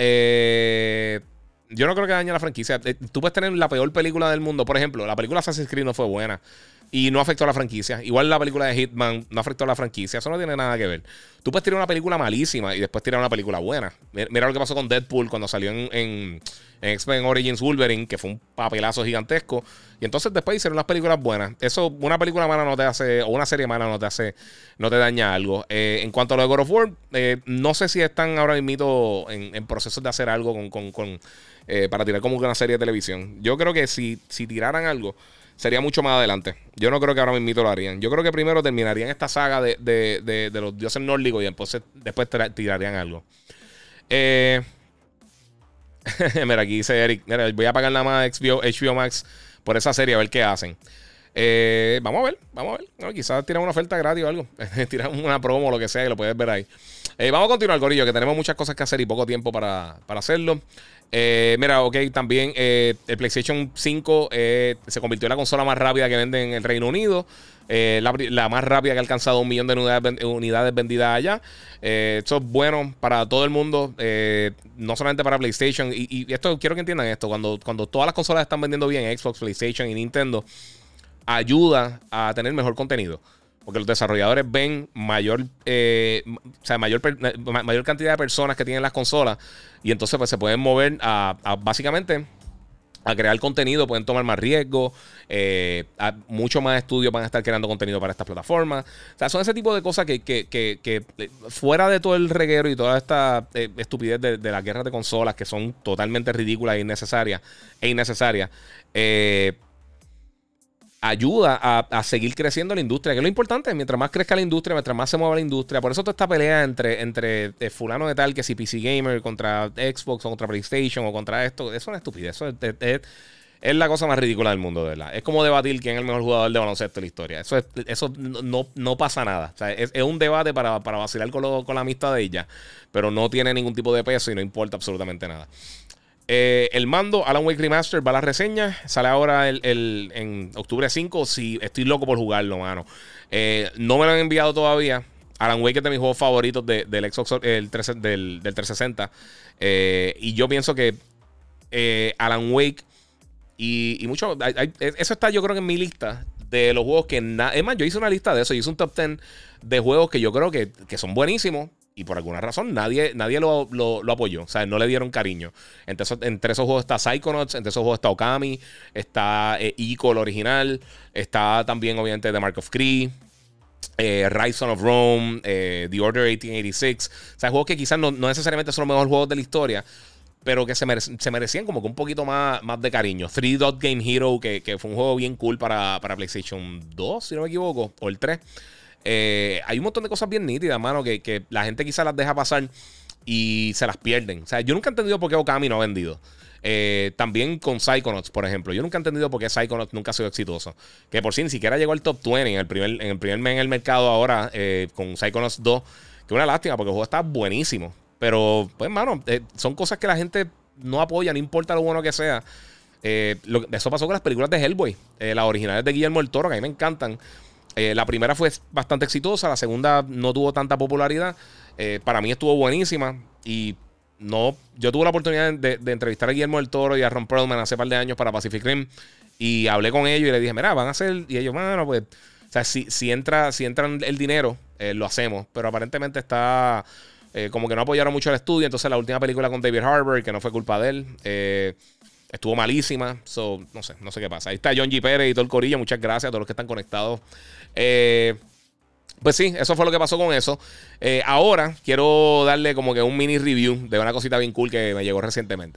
Yo no creo que dañe la franquicia. Tú puedes tener la peor película del mundo. Por ejemplo, la película Assassin's Creed no fue buena y no afectó a la franquicia. Igual la película de Hitman no afectó a la franquicia. Eso no tiene nada que ver. Tú puedes tirar una película malísima y después tirar una película buena. Mira lo que pasó con Deadpool cuando salió en X-Men Origins Wolverine, que fue un papelazo gigantesco. Y entonces después hicieron unas películas buenas. Eso, una película mala no te hace, o una serie mala no te daña algo. En cuanto a lo de God of War, no sé si están ahora mismo en procesos de hacer algo para tirar como una serie de televisión. Yo creo que si tiraran algo, sería mucho más adelante. Yo no creo que ahora mismo lo harían. Yo creo que primero terminarían esta saga de los dioses nórdicos y después tirarían algo. Mira, aquí dice Eric: mira, voy a pagar nada más HBO Max por esa serie a ver qué hacen. Vamos a ver. No, quizás tiran una oferta gratis o algo. Tiran una promo o lo que sea y lo puedes ver ahí. Vamos a continuar, Corillo, que tenemos muchas cosas que hacer y poco tiempo para hacerlo. Mira, ok, también el PlayStation 5 se convirtió en la consola más rápida que vende en el Reino Unido. La más rápida que ha alcanzado 1 millón de unidades vendidas allá. Esto es bueno para todo el mundo, no solamente para PlayStation. Y esto, quiero que entiendan esto: cuando todas las consolas están vendiendo bien, Xbox, PlayStation y Nintendo, ayuda a tener mejor contenido. Porque los desarrolladores ven mayor cantidad de personas que tienen las consolas. Y entonces pues se pueden mover a básicamente a crear contenido, pueden tomar más riesgo, mucho más estudios van a estar creando contenido para estas plataformas. O sea, son ese tipo de cosas que fuera de todo el reguero y toda esta estupidez de las guerras de consolas, que son totalmente ridículas e innecesarias, ayuda a seguir creciendo la industria, que es lo importante. Mientras más crezca la industria, mientras más se mueva la industria. Por eso toda esta pelea entre fulano de tal, que si PC Gamer contra Xbox o contra PlayStation o contra esto, eso es una estupidez. Eso es la cosa más ridícula del mundo, de verdad. Es como debatir quién es el mejor jugador de baloncesto de la historia. Eso no pasa nada. O sea, es un debate para vacilar con la amistad de ella, pero no tiene ningún tipo de peso y no importa absolutamente nada. El mando, Alan Wake Remastered, va a la reseña. Sale ahora en octubre 5. Sí, estoy loco por jugarlo, mano. No me lo han enviado todavía. Alan Wake es de mis juegos favoritos del Xbox del 360. Y yo pienso que Alan Wake y mucho. Eso está, yo creo que en mi lista de los juegos que. Es más, yo hice una lista de eso. Yo hice un top 10 de juegos que yo creo que son buenísimos. Y por alguna razón nadie lo apoyó. O sea, no le dieron cariño. Entre esos juegos está Psychonauts. Entre esos juegos está Okami. Está Ico, el original. Está también, obviamente, The Mark of Cree. Rise Son of Rome. The Order 1886. O sea, juegos que quizás no necesariamente son los mejores juegos de la historia, pero que se merecían como que un poquito más de cariño. Three Dot Game Hero, que fue un juego bien cool para PlayStation 2, si no me equivoco. O el 3. Hay un montón de cosas bien nítidas, mano, que la gente quizás las deja pasar y se las pierden. O sea, yo nunca he entendido por qué Okami no ha vendido. También con Psychonauts, por ejemplo. Yo nunca he entendido por qué Psychonauts nunca ha sido exitoso. Que por sí ni siquiera llegó al top 20 en el primer mes en el mercado ahora, con Psychonauts 2. Que es una lástima porque el juego está buenísimo. Pero, pues, mano, son cosas que la gente no apoya, no importa lo bueno que sea. Eso pasó con las películas de Hellboy, las originales de Guillermo del Toro, que a mí me encantan. La primera fue bastante exitosa, la segunda no tuvo tanta popularidad. Para mí estuvo buenísima. Y yo tuve la oportunidad de entrevistar a Guillermo del Toro y a Ron Perlman hace un par de años para Pacific Rim. Y hablé con ellos y les dije, mira, van a hacer. Y ellos, mano, pues, o sea, si entra el dinero, lo hacemos. Pero aparentemente está como que no apoyaron mucho el estudio. Entonces la última película con David Harbour, que no fue culpa de él, estuvo malísima. No sé qué pasa. Ahí está John G. Pérez y todo el corillo. Muchas gracias a todos los que están conectados. Pues sí, eso fue lo que pasó con eso. Ahora quiero darle como que un mini review de una cosita bien cool que me llegó recientemente.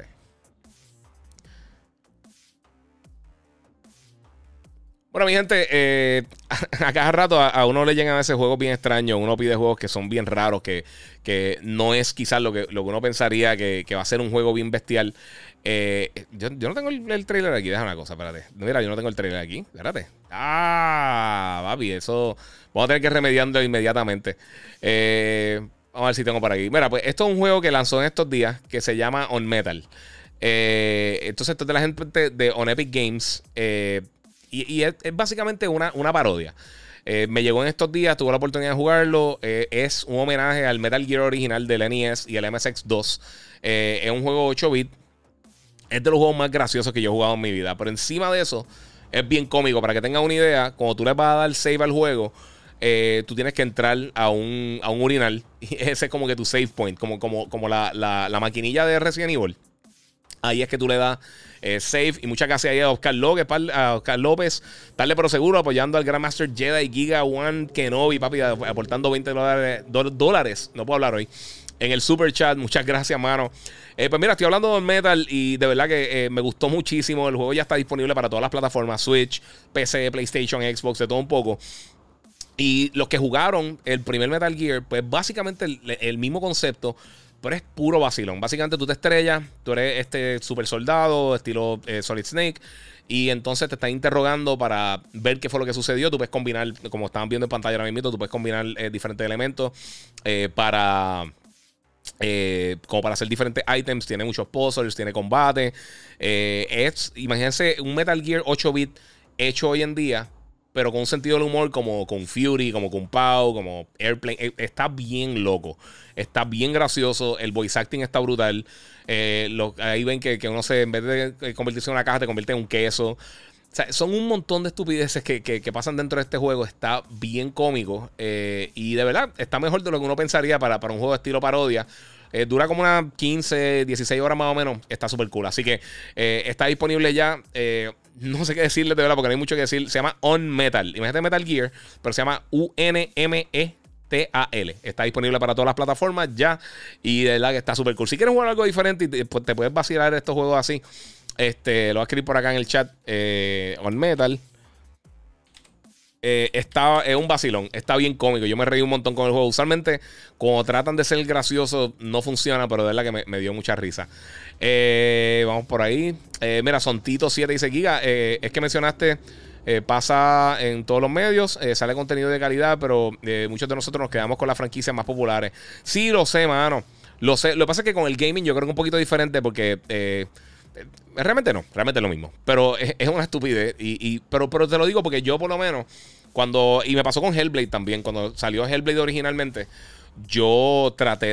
Bueno, mi gente, a cada rato a uno le llegan a veces juegos bien extraños. Uno pide juegos que son bien raros, que no es quizás lo que uno pensaría que va a ser un juego bien bestial. Yo no tengo el trailer aquí. Déjame una cosa, espérate. Mira, yo no tengo el trailer aquí. Espérate. Papi, eso vamos a tener que remediarlo inmediatamente. Vamos a ver si tengo por aquí. Mira, pues esto es un juego que lanzó en estos días que se llama On Metal. Entonces, esto es de la gente de On Epic Games. Y es básicamente una parodia. Me llegó en estos días, tuve la oportunidad de jugarlo. Es un homenaje al Metal Gear original del NES y el MSX2. Es un juego 8-bit. Es de los juegos más graciosos que yo he jugado en mi vida. Pero encima de eso, es bien cómico. Para que tengan una idea, cuando tú le vas a dar save al juego, tú tienes que entrar a un urinal. Y ese es como que tu save point. Como la maquinilla de Resident Evil. Ahí es que tú le das save. Y muchas gracias ahí a Oscar López. Darle pero seguro, apoyando al Grandmaster Jedi Giga One Kenobi, papi, aportando $20. No puedo hablar hoy. En el super chat, muchas gracias, mano. Pues mira, estoy hablando de Metal y de verdad que me gustó muchísimo. El juego ya está disponible para todas las plataformas: Switch, PC, PlayStation, Xbox, de todo un poco. Y los que jugaron el primer Metal Gear, pues básicamente el mismo concepto, pero es puro vacilón. Básicamente tú te estrellas, tú eres este super soldado, estilo Solid Snake, y entonces te están interrogando para ver qué fue lo que sucedió. Tú puedes combinar, como estaban viendo en pantalla ahora mismo, tú puedes combinar diferentes elementos como para hacer diferentes items. Tiene muchos puzzles, tiene combate. Imagínense un Metal Gear 8-bit hecho hoy en día, pero con un sentido del humor como con Fury, como con Pow, como Airplane. Está bien loco. Está bien gracioso. El voice acting está brutal. Ahí ven que uno en vez de convertirse en una caja, te convierte en un queso. O sea, son un montón de estupideces que pasan dentro de este juego. Está bien cómico. Y de verdad, está mejor de lo que uno pensaría para un juego de estilo parodia. Dura como unas 15, 16 horas más o menos. Está súper cool. Así que está disponible ya. No sé qué decirles de verdad porque no hay mucho que decir. Se llama On Metal. Imagínate Metal Gear, pero se llama UNMETAL. Está disponible para todas las plataformas ya. Y de verdad que está súper cool. Si quieres jugar algo diferente y te puedes vacilar estos juegos así, lo voy a escribir por acá en el chat. On Metal. Es un vacilón, está bien cómico. Yo me reí un montón con el juego. Usualmente, cuando tratan de ser graciosos, no funciona, pero de verdad que me dio mucha risa. Vamos por ahí. Mira, Sontito7 dice: Giga, es que mencionaste, pasa en todos los medios, sale contenido de calidad, pero muchos de nosotros nos quedamos con las franquicias más populares. Sí, lo sé, mano. Lo sé. Lo que pasa es que con el gaming yo creo que es un poquito diferente porque. Realmente no, realmente es lo mismo. Pero es una estupidez. Pero te lo digo porque yo, por lo menos, y me pasó con Hellblade también. Cuando salió Hellblade originalmente, yo traté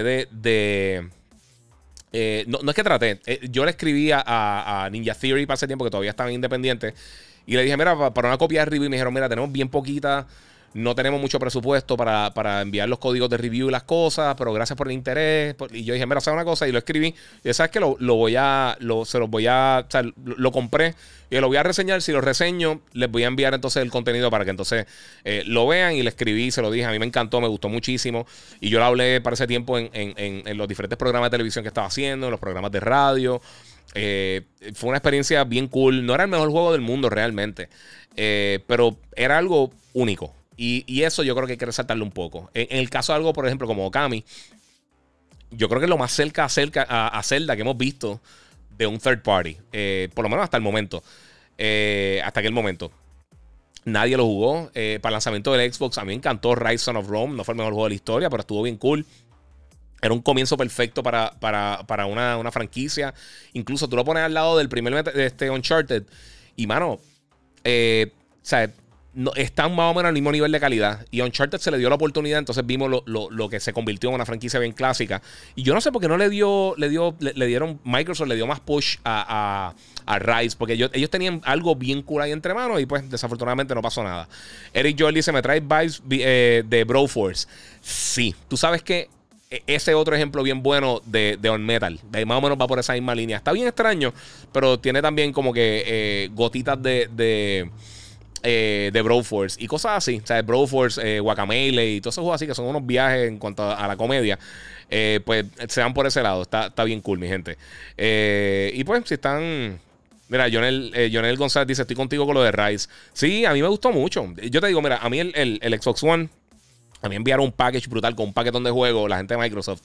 no es que traté. Yo le escribí a Ninja Theory para ese tiempo que todavía estaba independiente. Y le dije: mira, para una copia de review. Y me dijeron: mira, tenemos bien poquita. No tenemos mucho presupuesto para enviar los códigos de review y las cosas, pero gracias por el interés. Y yo dije: mira, ¿sabes una cosa? Y lo escribí. Y sabes que lo compré y lo voy a reseñar. Si lo reseño, les voy a enviar entonces el contenido para que entonces lo vean. Y le escribí, se lo dije. A mí me encantó, me gustó muchísimo. Y yo lo hablé para ese tiempo en los diferentes programas de televisión que estaba haciendo, en los programas de radio. Fue una experiencia bien cool. No era el mejor juego del mundo realmente, pero era algo único. Y eso yo creo que hay que resaltarlo un poco. En el caso de algo, por ejemplo, como Okami, yo creo que es lo más cerca a Zelda que hemos visto de un third party. Por lo menos hasta el momento. Hasta aquel momento. Nadie lo jugó. Para el lanzamiento del Xbox, a mí me encantó Rise Son of Rome. No fue el mejor juego de la historia, pero estuvo bien cool. Era un comienzo perfecto para una franquicia. Incluso tú lo pones al lado del primer Uncharted. Y, mano, o sea, no, están más o menos al mismo nivel de calidad. Y a Uncharted se le dio la oportunidad. Entonces vimos lo que se convirtió en una franquicia bien clásica. Y yo no sé por qué no le dieron. Microsoft le dio más push a Rise. Porque ellos tenían algo bien cool ahí entre manos. Y pues desafortunadamente no pasó nada. Eric Joel dice: me trae vibes de Broforce. Sí, tú sabes que ese otro ejemplo bien bueno de On Metal, de más o menos va por esa misma línea. Está bien extraño, pero tiene también como que gotitas de Broforce y cosas así. O sea, Broforce, Guacamelee y todos esos juegos así que son unos viajes en cuanto a la comedia. Pues se van por ese lado. Está bien cool, mi gente. Y pues, si están. Mira, Jonel González dice: estoy contigo con lo de Rise. Sí, a mí me gustó mucho. Yo te digo, mira, a mí el Xbox One. A mí enviaron un package brutal con un paquetón de juegos, la gente de Microsoft.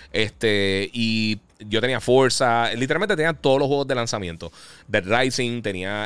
Y yo tenía Forza, literalmente tenía todos los juegos de lanzamiento. Dead Rising, tenía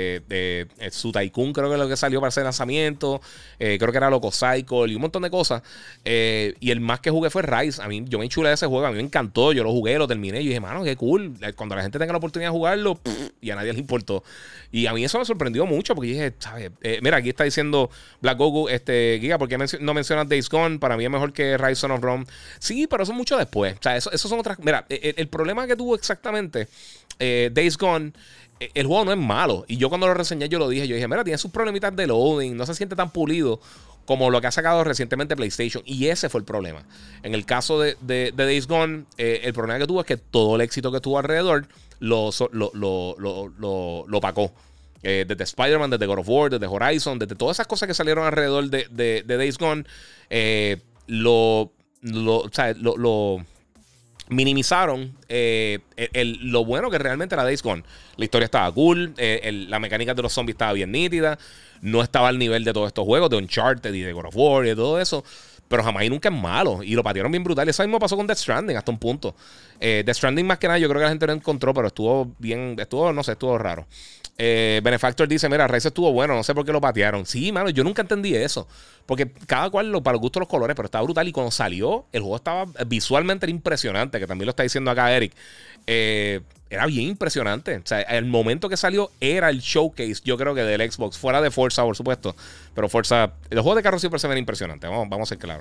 Su Tycoon, creo que es lo que salió para ese lanzamiento. Creo que era Loco Cycle y un montón de cosas. Y el más que jugué fue Rise. Yo me enchulé de ese juego, a mí me encantó. Yo lo jugué, lo terminé. Y dije: mano, qué cool. Cuando la gente tenga la oportunidad de jugarlo, y a nadie le importó. Y a mí eso me sorprendió mucho porque dije: ¿sabes? Mira, aquí está diciendo Black Goku, Giga, ¿por qué no mencionas Days Gone? Para mí es mejor que Rise Son of Rome. Sí, pero eso es mucho después. O sea, eso son otras. Mira, el problema que tuvo exactamente Days Gone, el juego no es malo. Y yo cuando lo reseñé, yo dije: mira, tiene sus problemitas de loading, no se siente tan pulido como lo que ha sacado recientemente PlayStation. Y ese fue el problema. En el caso de Days Gone, el problema que tuvo es que todo el éxito que tuvo alrededor lo opacó. Desde Spider-Man, desde God of War, desde Horizon, desde todas esas cosas que salieron alrededor de Days Gone, lo minimizaron lo bueno que realmente era Days Gone. La historia estaba cool, la mecánica de los zombies estaba bien nítida, no estaba al nivel de todos estos juegos, de Uncharted y de God of War y de todo eso, pero jamás y nunca es malo. Y lo patearon bien brutal. Eso mismo pasó con Death Stranding hasta un punto. Death Stranding más que nada yo creo que la gente no encontró, pero estuvo raro. Benefactor dice: mira, Rise estuvo bueno, no sé por qué lo patearon. Sí, mano, yo nunca entendí eso. Porque cada cual para los gustos los colores, pero estaba brutal. Y cuando salió, el juego estaba visualmente era impresionante, que también lo está diciendo acá Eric. Era bien impresionante. O sea, el momento que salió era el showcase, yo creo que del Xbox, fuera de Forza, por supuesto. Pero Forza, los juegos de carro siempre se ven impresionantes. Vamos a ser claros.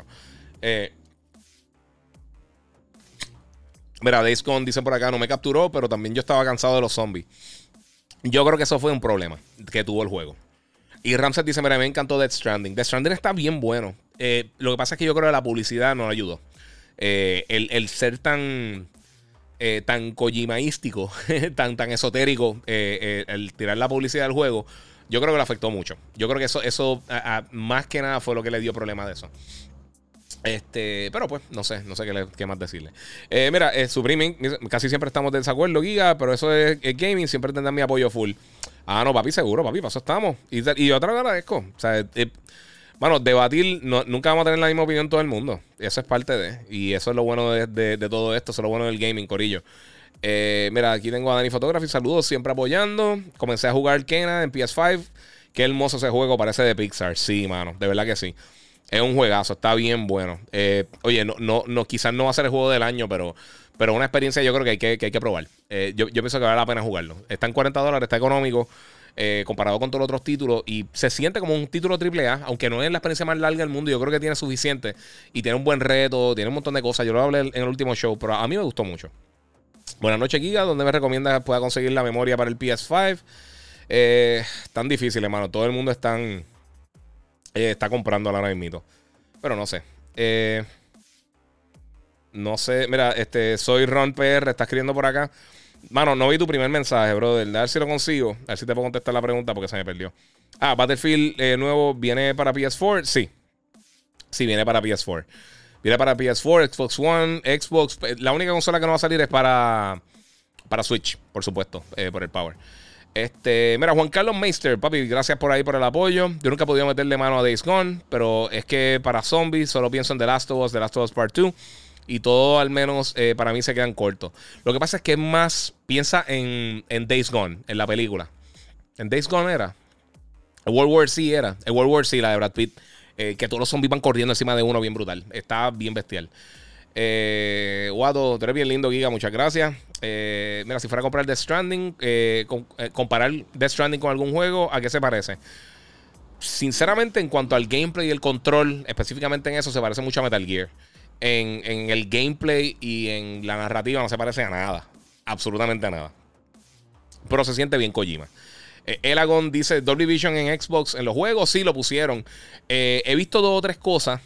Mira, Days Gone dicen por acá: no me capturó, pero también yo estaba cansado de los zombies. Yo creo que eso fue un problema que tuvo el juego. Y Ramsey dice: mira, me encantó Death Stranding. Death Stranding está bien bueno. Lo que pasa es que yo creo que la publicidad no lo ayudó. El ser tan kojimaístico, tan esotérico, el tirar la publicidad del juego, yo creo que lo afectó mucho. Yo creo que eso más que nada fue lo que le dio problema de eso. Pero pues, no sé qué más decirle. Mira, Supreme, casi siempre estamos de desacuerdo, Giga, pero eso es gaming, siempre tendrán mi apoyo full. Ah, no, papi, seguro, papi, para eso estamos. Y yo te lo agradezco. O sea, bueno, debatir, nunca vamos a tener la misma opinión todo el mundo. Eso es parte de. Y eso es lo bueno de todo esto, eso es lo bueno del gaming, corillo. Mira, aquí tengo a Dani Photography, saludos, siempre apoyando. Comencé a jugar Kena en PS5. Qué hermoso ese juego, parece de Pixar. Sí, mano, de verdad que sí. Es un juegazo, está bien bueno. Oye, quizás no va a ser el juego del año, pero una experiencia yo creo que hay que probar. Yo pienso que vale la pena jugarlo. Está en $40, está económico, comparado con todos los otros títulos. Y se siente como un título AAA, aunque no es la experiencia más larga del mundo. Yo creo que tiene suficiente. Y tiene un buen reto, tiene un montón de cosas. Yo lo hablé en el último show, pero a mí me gustó mucho. Buenas noches, Giga. ¿Dónde me recomiendas pueda conseguir la memoria para el PS5? Tan difícil, hermano. Todo el mundo está comprando ahora mismo. Pero no sé. No sé. Mira, soy Ron PR. Está escribiendo por acá. Mano, no vi tu primer mensaje, brother. A ver si lo consigo. A ver si te puedo contestar la pregunta porque se me perdió. Battlefield nuevo viene para PS4. Sí. Sí, viene para PS4. Viene para PS4, Xbox One, Xbox. La única consola que no va a salir es para Switch, por supuesto, por el Power. Mira, Juan Carlos Meister, papi, gracias por ahí por el apoyo. Yo nunca he podido meterle mano a Days Gone, pero es que para zombies solo pienso en The Last of Us Part 2. Y todo al menos para mí se quedan cortos. Lo que pasa es que más piensa en Days Gone, en la película. En Days Gone era. En World War Z era. En World War Z, la de Brad Pitt. Que todos los zombies van corriendo encima de uno bien brutal. Está bien bestial. Guado, tú eres bien lindo, Giga. Muchas gracias. Mira, si fuera a comprar Death Stranding, comparar Death Stranding con algún juego, ¿a qué se parece? Sinceramente, en cuanto al gameplay y el control, específicamente en eso, se parece mucho a Metal Gear. En el gameplay y en la narrativa no se parece a nada. Absolutamente a nada. Pero se siente bien Kojima. Elagon dice Dolby Vision en Xbox en los juegos. Sí, lo pusieron. He visto 2 o 3 cosas.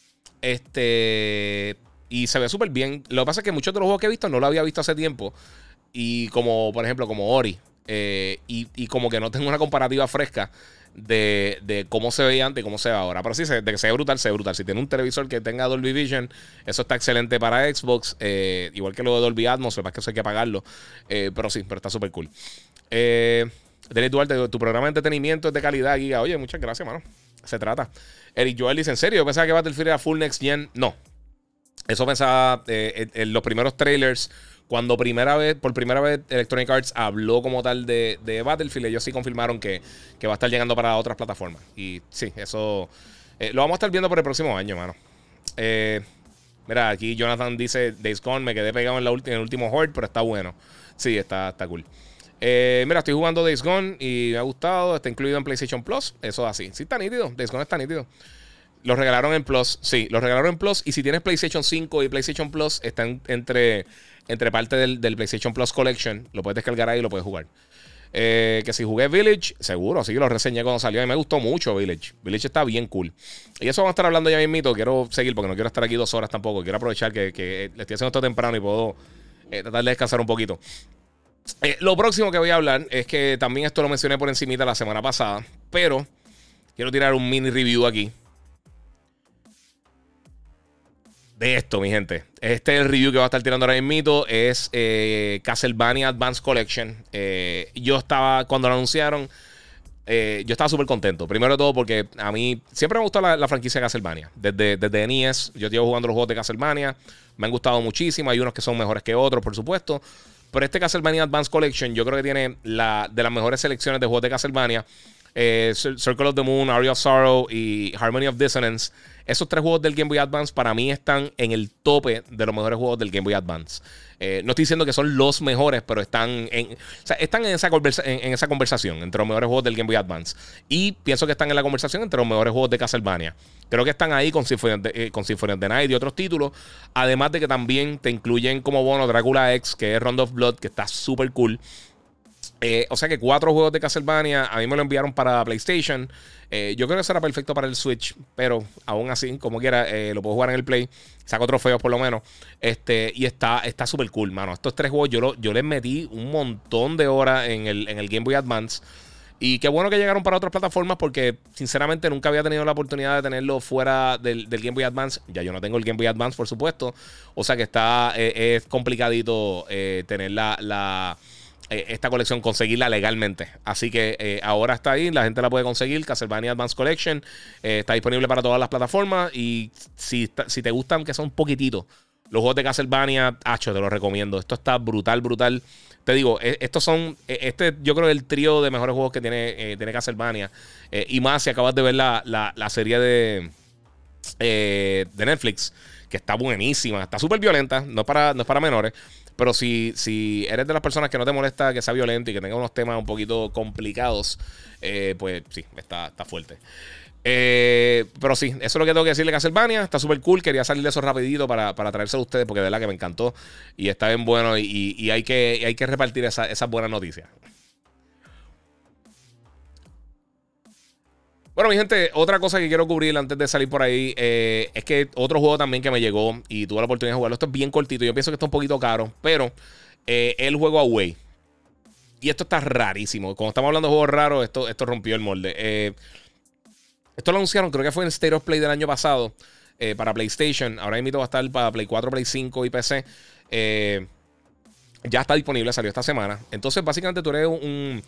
Y se ve súper bien. Lo que pasa es que muchos de los juegos que he visto no lo había visto hace tiempo. Y como, por ejemplo, como Ori. Y como que no tengo una comparativa fresca de cómo se veía antes y cómo se ve ahora. Pero sí, de que se ve brutal, se ve brutal. Si tiene un televisor que tenga Dolby Vision, eso está excelente para Xbox. Igual que lo de Dolby Atmos, lo que pasa es que eso hay que pagarlo. Pero sí, pero está súper cool. Denis Duarte, tu programa de entretenimiento es de calidad, Giga. Oye, muchas gracias, mano. Se trata. Eric Joel dice, ¿en serio? Yo pensaba que Battlefield era full next gen. No. Eso pensaba en los primeros trailers. Cuando por primera vez Electronic Arts habló como tal de Battlefield, ellos sí confirmaron que va a estar llegando para otras plataformas. Y sí, eso lo vamos a estar viendo por el próximo año, mano. Mira, aquí Jonathan dice, Days Gone, me quedé pegado en el último Horde, pero está bueno. Sí, está cool. Mira, estoy jugando Days Gone y me ha gustado. Está incluido en PlayStation Plus. Eso es así. Sí, está nítido. Days Gone está nítido. Lo regalaron en Plus. Sí, lo regalaron en Plus. Y si tienes PlayStation 5 y PlayStation Plus, están entre parte del PlayStation Plus Collection. Lo puedes descargar ahí y lo puedes jugar. Que si jugué Village, seguro. Sí, lo reseñé cuando salió. A mí me gustó mucho Village. Village está bien cool. Y eso vamos a estar hablando ya mismito. Quiero seguir porque no quiero estar aquí 2 horas tampoco. Quiero aprovechar que le estoy haciendo esto temprano y puedo tratar de descansar un poquito. Lo próximo que voy a hablar es que también esto lo mencioné por encimita la semana pasada, pero quiero tirar un mini review aquí de esto, mi gente. Este es el review que va a estar tirando ahora mismo. Es Castlevania Advance Collection. Cuando lo anunciaron, yo estaba súper contento. Primero de todo porque a mí siempre me gustó la franquicia de Castlevania. Desde NES, yo llevo jugando los juegos de Castlevania. Me han gustado muchísimo. Hay unos que son mejores que otros, por supuesto. Pero este Castlevania Advance Collection yo creo que tiene de las mejores selecciones de juegos de Castlevania. Circle of the Moon, Aria of Sorrow y Harmony of Dissonance. Esos 3 juegos del Game Boy Advance para mí están en el tope de los mejores juegos del Game Boy Advance. No estoy diciendo que son los mejores, pero están en esa conversación entre los mejores juegos del Game Boy Advance. Y pienso que están en la conversación entre los mejores juegos de Castlevania. Creo que están ahí con Symphony of the Night y otros títulos. Además de que también te incluyen como bono Drácula X, que es Round of Blood, que está súper cool. O sea que 4 juegos de Castlevania. A mí me lo enviaron para PlayStation. Yo creo que será perfecto para el Switch. Pero aún así, como quiera, lo puedo jugar en el Play. Saco trofeos por lo menos. Y está súper cool, mano. Estos 3 juegos yo les metí un montón de horas en el Game Boy Advance. Y qué bueno que llegaron para otras plataformas porque sinceramente nunca había tenido la oportunidad de tenerlo fuera del Game Boy Advance. Ya yo no tengo el Game Boy Advance, por supuesto. O sea que es complicadito tener esta colección, conseguirla legalmente. Así que ahora está ahí, la gente la puede conseguir. Castlevania Advance Collection está disponible para todas las plataformas. Y si te gustan, que son poquititos los juegos de Castlevania, te los recomiendo. Esto está brutal, brutal. Te digo, estos son. Yo creo que el trío de mejores juegos que tiene Castlevania. Y más si acabas de ver la serie de Netflix, que está buenísima. Está súper violenta. No es para menores. Pero si eres de las personas que no te molesta que sea violento y que tenga unos temas un poquito complicados, pues sí, está fuerte. Pero sí, eso es lo que tengo que decirle a Castlevania. Está súper cool. Quería salir de eso rapidito para traérselo a ustedes porque de verdad que me encantó. Y está bien bueno y hay que repartir esas buenas noticias. Bueno, mi gente, otra cosa que quiero cubrir antes de salir por ahí es que otro juego también que me llegó y tuve la oportunidad de jugarlo. Esto es bien cortito. Yo pienso que está un poquito caro, pero el juego Away. Y esto está rarísimo. Cuando estamos hablando de juegos raros, esto rompió el molde. Esto lo anunciaron, creo que fue en State of Play del año pasado para PlayStation. Ahora mismo va a estar para Play 4, Play 5 y PC. Ya está disponible, salió esta semana. Entonces, básicamente, tú eres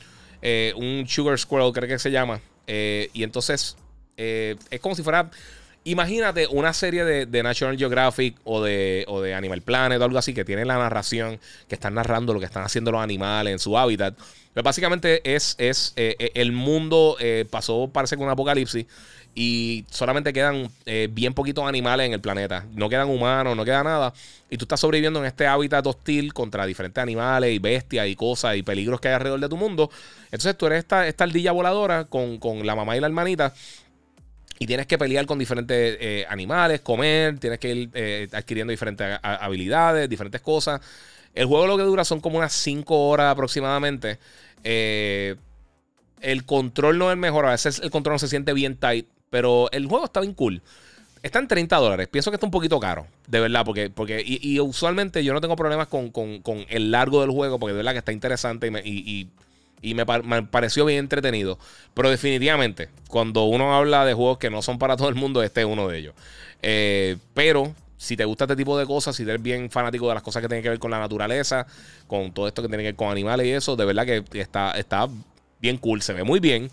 un Sugar Squirrel, creo que se llama. Y entonces, es como si fuera... Imagínate una serie de National Geographic o de Animal Planet o algo así que tiene la narración, que están narrando lo que están haciendo los animales en su hábitat. Pero básicamente el mundo parece que un apocalipsis y solamente quedan bien poquitos animales en el planeta. No quedan humanos, no queda nada. Y tú estás sobreviviendo en este hábitat hostil contra diferentes animales y bestias y cosas y peligros que hay alrededor de tu mundo. Entonces tú eres esta ardilla voladora con la mamá y la hermanita. Y tienes que pelear con diferentes animales, comer, tienes que ir adquiriendo diferentes habilidades, diferentes cosas. El juego lo que dura son como unas 5 horas aproximadamente. El control no es el mejor, a veces el control no se siente bien tight, pero el juego está bien cool. Está en $30. Pienso que está un poquito caro, de verdad, porque usualmente yo no tengo problemas con el largo del juego, porque de verdad que está interesante y me pareció bien entretenido. Pero definitivamente, cuando uno habla de juegos que no son para todo el mundo, este es uno de ellos. Pero si te gusta este tipo de cosas, si eres bien fanático de las cosas que tienen que ver con la naturaleza, con todo esto que tiene que ver con animales y eso, de verdad que está bien cool, se ve muy bien.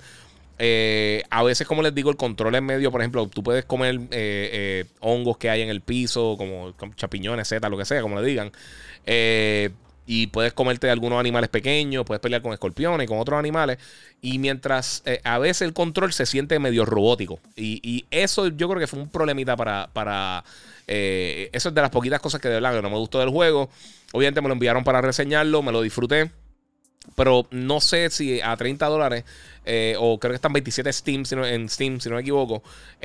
A veces, como les digo, el control es medio, por ejemplo, tú puedes comer hongos que hay en el piso, como champiñones, setas, lo que sea, como le digan. Y puedes comerte algunos animales pequeños, puedes pelear con escorpiones y con otros animales. Y mientras a veces el control se siente medio robótico. Y eso yo creo que fue un problemita para eso es de las poquitas cosas que de verdad que no me gustó del juego. Obviamente me lo enviaron para reseñarlo, me lo disfruté. Pero no sé si a $30 o creo que están 27 en Steam, si no me equivoco.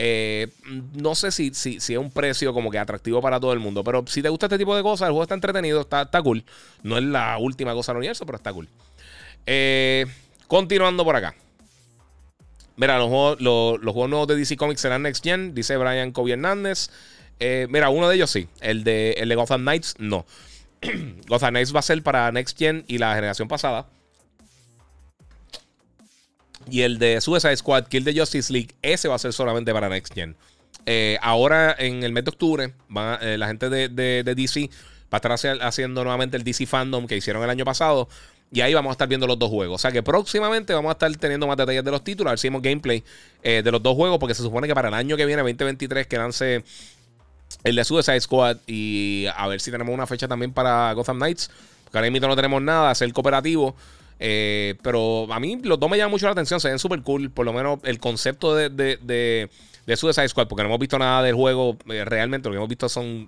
No sé si es un precio como que atractivo para todo el mundo. Pero si te gusta este tipo de cosas, el juego está entretenido, está cool. No es la última cosa del universo, pero está cool. Continuando por acá. Mira, los juegos nuevos de DC Comics serán Next Gen, dice Brian Covey Hernández. Mira, uno de ellos sí. El de Gotham Knights, no. Gotham Knights va a ser para Next Gen y la generación pasada. Y el de Suicide Squad, Kill the Justice League, ese va a ser solamente para Next Gen. Ahora, en el mes de octubre, la gente de DC va a estar haciendo nuevamente el DC Fandom que hicieron el año pasado. Y ahí vamos a estar viendo los dos juegos. O sea que próximamente vamos a estar teniendo más detalles de los títulos. A ver si hacemos gameplay de los dos juegos. Porque se supone que para el año que viene, 2023, que lance el de Suicide Squad. Y a ver si tenemos una fecha también para Gotham Knights. Porque ahora mismo no tenemos nada, hacer cooperativo. Pero a mí los dos me llaman mucho la atención. Se ven súper cool. Por lo menos el concepto de Suicide Squad. Porque no hemos visto nada del juego realmente. Lo que hemos visto son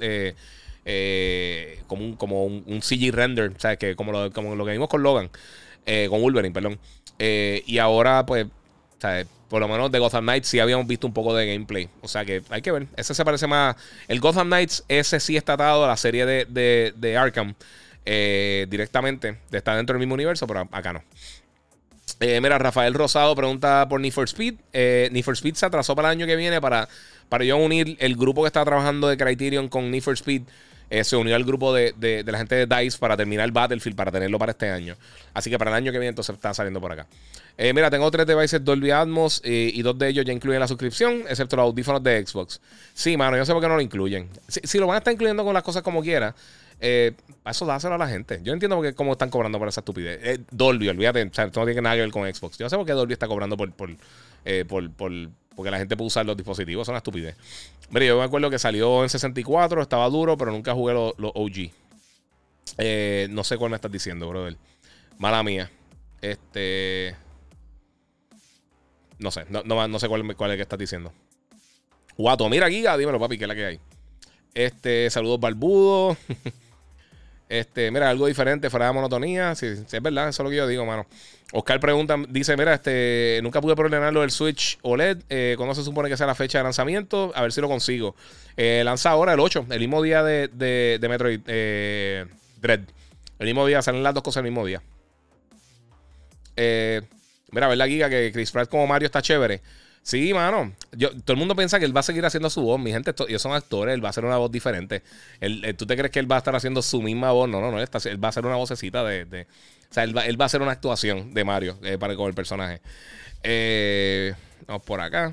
como un CG render. ¿Sabes? Que como lo que vimos con Logan. Con Wolverine, perdón. Y ahora, pues, ¿sabes? Por lo menos de Gotham Knights sí habíamos visto un poco de gameplay. O sea que hay que ver. Ese se parece más. El Gotham Knights, ese sí está atado a la serie de Arkham. directamente, está dentro del mismo universo, pero acá no. Mira, Rafael Rosado pregunta por Need for Speed. Need for Speed se atrasó para el año que viene para yo unir el grupo que está trabajando de Criterion con Need for Speed. Se unió al grupo de la gente de DICE para terminar Battlefield, para tenerlo para este año. Así que para el año que viene entonces está saliendo por acá. Mira, tengo 3 devices Dolby Atmos y 2 de ellos ya incluyen la suscripción, excepto los audífonos de Xbox. Sí, mano, yo sé por qué no lo incluyen. Si lo van a estar incluyendo con las cosas como quiera, eso dáselo a la gente. Yo entiendo porque cómo están cobrando por esa estupidez. Dolby, olvídate, o sea, esto no tiene nada que ver con Xbox. Yo no sé por qué Dolby está cobrando porque la gente puede usar los dispositivos. Es una estupidez. Mira, yo me acuerdo que salió en 64, estaba duro, pero nunca jugué los OG. No sé cuál me estás diciendo, brother. Mala mía. No sé, no sé cuál es el que estás diciendo. Guato, mira, Giga, dímelo, papi, ¿qué es la que hay? Saludos barbudo. Mira, algo diferente, fuera de monotonía. Sí, sí, es verdad, eso es lo que yo digo, mano. Oscar pregunta, dice, mira, nunca pude preordenarlo del Switch OLED. ¿Cuándo se supone que sea la fecha de lanzamiento? A ver si lo consigo. Lanza ahora el 8, el mismo día de Metroid Dread. El mismo día, salen las dos cosas el mismo día. Mira, ver la Giga que Chris Pratt como Mario está chévere. Sí, mano. Todo el mundo piensa que él va a seguir haciendo su voz. Mi gente, ellos son actores, él va a hacer una voz diferente. ¿Tú te crees que él va a estar haciendo su misma voz? No, él va a hacer una vocecita de o sea, él va a hacer una actuación de Mario con el personaje. Vamos por acá.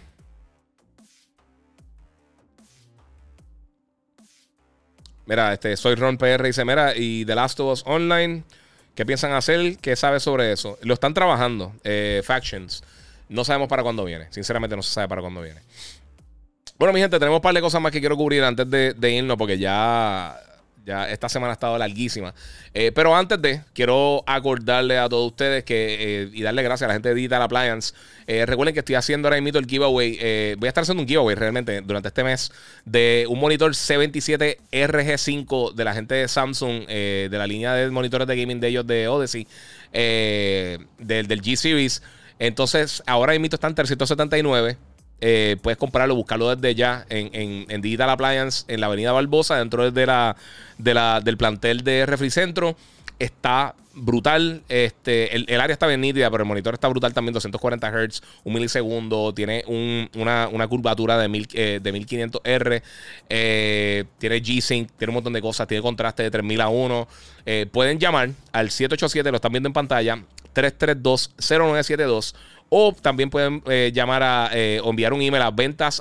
Mira, soy Ron PR, dice, mira, y The Last of Us Online, ¿qué piensan hacer? ¿Qué sabes sobre eso? Lo están trabajando, Factions. No sabemos para cuándo viene. Sinceramente no se sabe para cuándo viene. Bueno, mi gente, tenemos un par de cosas más que quiero cubrir antes de irnos, porque ya esta semana ha estado larguísima. Pero quiero acordarle a todos ustedes y darle gracias a la gente de Digital Appliance. Recuerden que estoy haciendo ahora mismo el giveaway. Voy a estar haciendo un giveaway realmente durante este mes de un monitor C27 RG5 de la gente de Samsung, de la línea de monitores de gaming de ellos de Odyssey, del G Series. Entonces, ahora mismo están 379. Puedes comprarlo, buscarlo desde ya en Digital Appliance, en la avenida Barbosa, dentro del plantel de Refricentro. Está brutal. El área está bien nítida, pero el monitor está brutal también. 240 Hz, 1 milisegundo. Tiene una curvatura de 1500R. Tiene G-Sync, tiene un montón de cosas. Tiene contraste de 3000 a 1. Pueden llamar al 787, lo están viendo en pantalla, 332-0972. O también pueden llamar o enviar un email a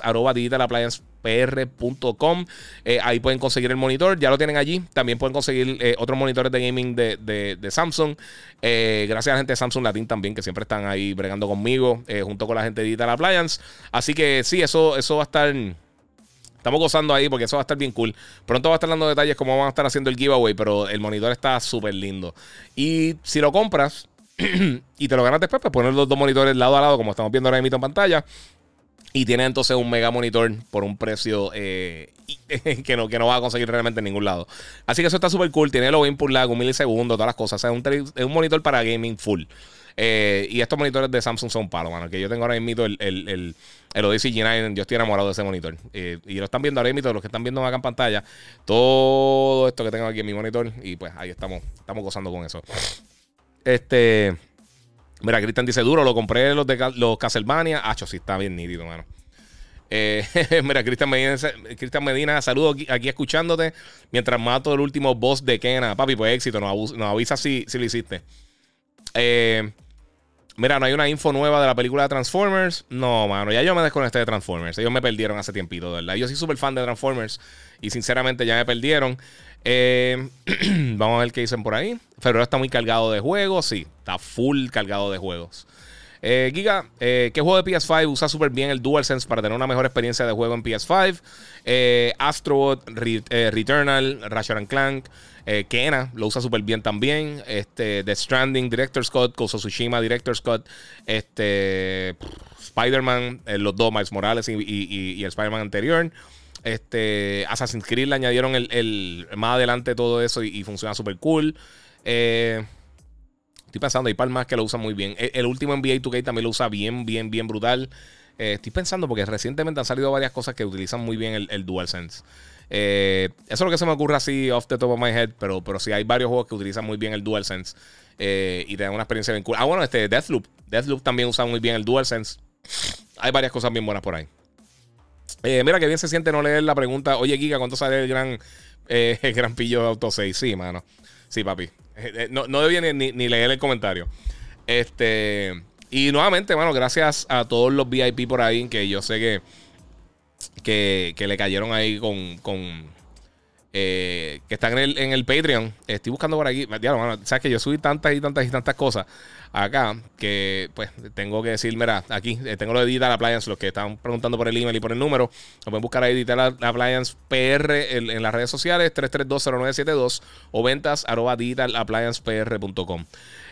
ventas@digitalappliancepr.com. Ahí pueden conseguir el monitor. Ya lo tienen allí. También pueden conseguir otros monitores de gaming de Samsung. Gracias a la gente de Samsung Latin también, que siempre están ahí bregando conmigo, junto con la gente de Digital Appliance. Así que sí, eso va a estar... Estamos gozando ahí porque eso va a estar bien cool. Pronto va a estar dando detalles cómo van a estar haciendo el giveaway, pero el monitor está súper lindo. Y si lo compras y te lo ganas después, pues poner los dos monitores lado a lado, como estamos viendo ahora mismo en pantalla. Y tienes entonces un mega monitor por un precio que no vas a conseguir realmente en ningún lado. Así que eso está súper cool. Tiene el input lag, 1 milisegundo, todas las cosas. O sea, es un monitor para gaming full. Y estos monitores de Samsung son palo, mano. Que yo tengo ahora mismo el Odyssey G9. Yo estoy enamorado de ese monitor. Y lo están viendo ahora mismo, los que están viendo acá en pantalla. Todo esto que tengo aquí en mi monitor. Y pues ahí estamos gozando con eso. Mira, Cristian dice, duro, lo compré los Castlevania. Sí, está bien nítido, mano. Mira, Cristian Medina, saludo aquí escuchándote mientras mato el último boss de Kena. Papi, pues éxito, nos avisa si lo hiciste. Mira, no hay una info nueva de la película de Transformers. No, mano, ya yo me desconecté de Transformers. Ellos me perdieron hace tiempito, ¿verdad? Yo soy súper fan de Transformers y sinceramente ya me perdieron. Vamos a ver qué dicen por ahí. Febrero está muy cargado de juegos. Sí, está full cargado de juegos. Giga, ¿qué juego de PS5 usa súper bien el DualSense para tener una mejor experiencia de juego en PS5? Astrobot, Returnal, Ratchet and Clank, Kena lo usa súper bien también. The Stranding, Director's Cut, Ghost of Tsushima, Director's Cut, Spider-Man, los dos, Miles Morales y el Spider-Man anterior. Assassin's Creed le añadieron más adelante todo eso y funciona súper cool. Estoy pensando, hay par más que lo usan muy bien. El último NBA 2K también lo usa bien brutal. Estoy pensando porque recientemente han salido varias cosas que utilizan muy bien el DualSense. Eso es lo que se me ocurre así off the top of my head, pero sí hay varios juegos que utilizan muy bien el DualSense y te dan una experiencia bien cool. Bueno, Deathloop. Deathloop también usa muy bien el DualSense. Hay varias cosas bien buenas por ahí. Mira que bien se siente no leer la pregunta. Oye, Giga, ¿cuánto sale el gran pillo de Auto 6? Sí, mano. Sí, papi. No debía ni leer el comentario. Y nuevamente, mano, gracias a todos los VIP por ahí que yo sé que le cayeron ahí que están en el Patreon. Estoy buscando por aquí. Diablo, mano, sabes que yo subí tantas cosas acá que pues tengo que decir, mira, aquí tengo lo de Digital Appliance. Los que están preguntando por el email y por el número, lo pueden buscar ahí, Digital Appliance PR en las redes sociales, 3320972 o ventas@digitalappliancepr.com.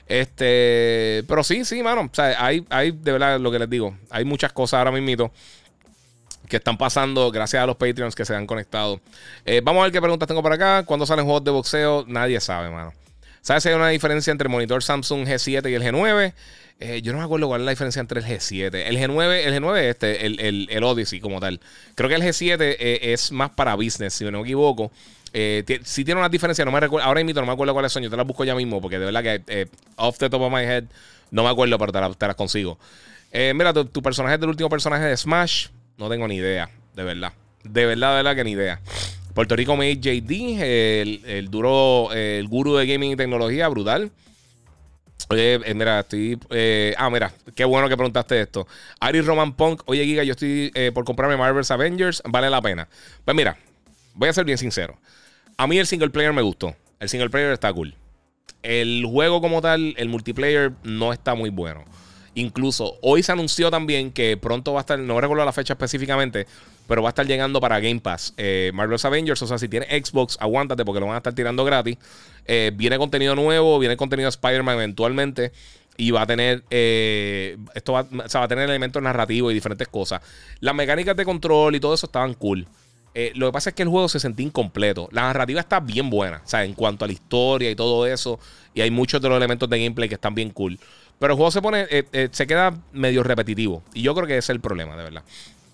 Pero sí, mano, o sea, hay de verdad lo que les digo, hay muchas cosas ahora mismito que están pasando gracias a los Patreons que se han conectado. Vamos a ver qué preguntas tengo por acá. ¿Cuándo salen juegos de boxeo? Nadie sabe, mano. ¿Sabes si hay una diferencia entre el monitor Samsung G7 y el G9? Yo no me acuerdo cuál es la diferencia entre el G7. El G9 el Odyssey como tal. Creo que el G7 es más para business, si no me equivoco. Sí tiene una diferencia, no me recuerdo. Ahora mismo no me acuerdo cuáles son. Yo te las busco ya mismo, porque de verdad que off the top of my head no me acuerdo, pero te las consigo. Mira, tu personaje es del último personaje de Smash. No tengo ni idea, de verdad. De verdad que ni idea. Puerto Rico Made JD, el gurú de gaming y tecnología, brutal. Oye, mira, mira, qué bueno que preguntaste esto. Ari Roman Punk, oye, Giga, yo estoy por comprarme Marvel's Avengers, ¿vale la pena? Pues mira, voy a ser bien sincero. A mí el single player me gustó. El single player está cool. El juego como tal, el multiplayer, no está muy bueno. Incluso hoy se anunció también que pronto va a estar, no recuerdo la fecha específicamente, pero va a estar llegando para Game Pass Marvel's Avengers. O sea, si tienes Xbox, aguántate porque lo van a estar tirando gratis. Viene contenido nuevo, viene contenido de Spider-Man eventualmente. Y va a tener va a tener elementos narrativos y diferentes cosas. Las mecánicas de control y todo eso estaban cool. Lo que pasa es que el juego se sentía incompleto. La narrativa está bien buena, o sea, en cuanto a la historia y todo eso. Y hay muchos de los elementos de gameplay que están bien cool. Pero el juego se queda medio repetitivo. Y yo creo que ese es el problema, de verdad.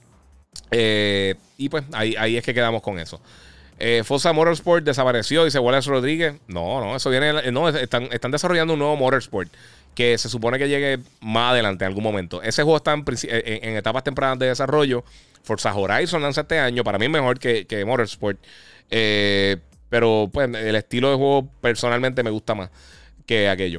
Y pues ahí es que quedamos con eso. Forza Motorsport desapareció, dice Wallace Rodríguez. No, eso viene. No, están desarrollando un nuevo Motorsport que se supone que llegue más adelante en algún momento. Ese juego está en etapas tempranas de desarrollo. Forza Horizon lanza este año. Para mí es mejor que Motorsport. Pero pues el estilo de juego personalmente me gusta más que aquello.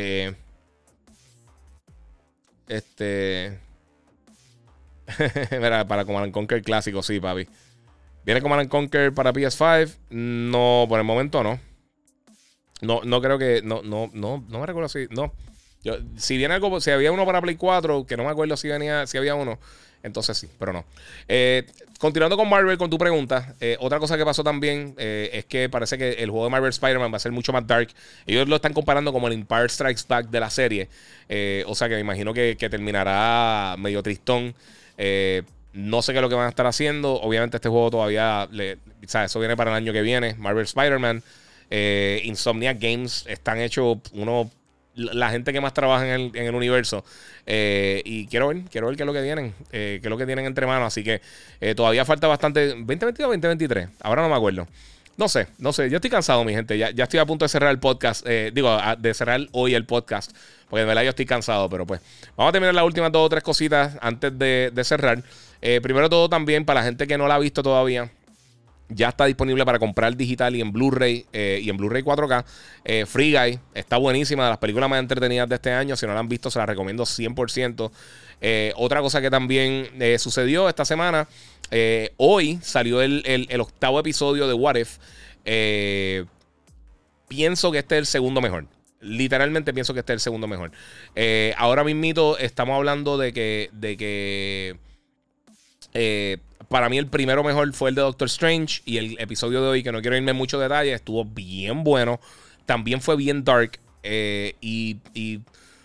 Mira, para Command & Conquer clásico, sí, papi. ¿Viene Command & Conquer para PS5? No, por el momento no. No creo que. No me recuerdo si. No. Si viene algo, si había uno para Play 4, que no me acuerdo si había uno, entonces sí, pero no. Continuando con Marvel, con tu pregunta, otra cosa que pasó también es que parece que el juego de Marvel Spider-Man va a ser mucho más dark. Ellos lo están comparando como el Empire Strikes Back de la serie. O sea que me imagino que terminará medio tristón. No sé qué es lo que van a estar haciendo. Obviamente este juego todavía, ¿sabes? Eso viene para el año que viene. Marvel Spider-Man. Insomniac Games están hechos la gente que más trabaja en el universo. Y quiero ver qué es lo que tienen. Qué es lo que tienen entre manos. Así que todavía falta bastante. 2022 o 2023. Ahora no me acuerdo. No sé. Yo estoy cansado, mi gente. Ya estoy a punto de cerrar el podcast. De cerrar hoy el podcast. Porque de verdad yo estoy cansado. Pero pues vamos a terminar las últimas 2 o 3 cositas antes de cerrar. Primero de todo también, para la gente que no la ha visto todavía, ya está disponible para comprar digital y en Blu-ray y en Blu-ray 4K. Free Guy está buenísima, de las películas más entretenidas de este año. Si no la han visto, se la recomiendo 100%. Otra cosa que también sucedió esta semana, hoy salió el 8º episodio de What If. Pienso que este es el segundo mejor. Literalmente pienso que este es el segundo mejor. Ahora mismito estamos hablando de que para mí el primero mejor fue el de Doctor Strange. Y el episodio de hoy, que no quiero irme en muchos detalles, estuvo bien bueno. También fue bien dark. Y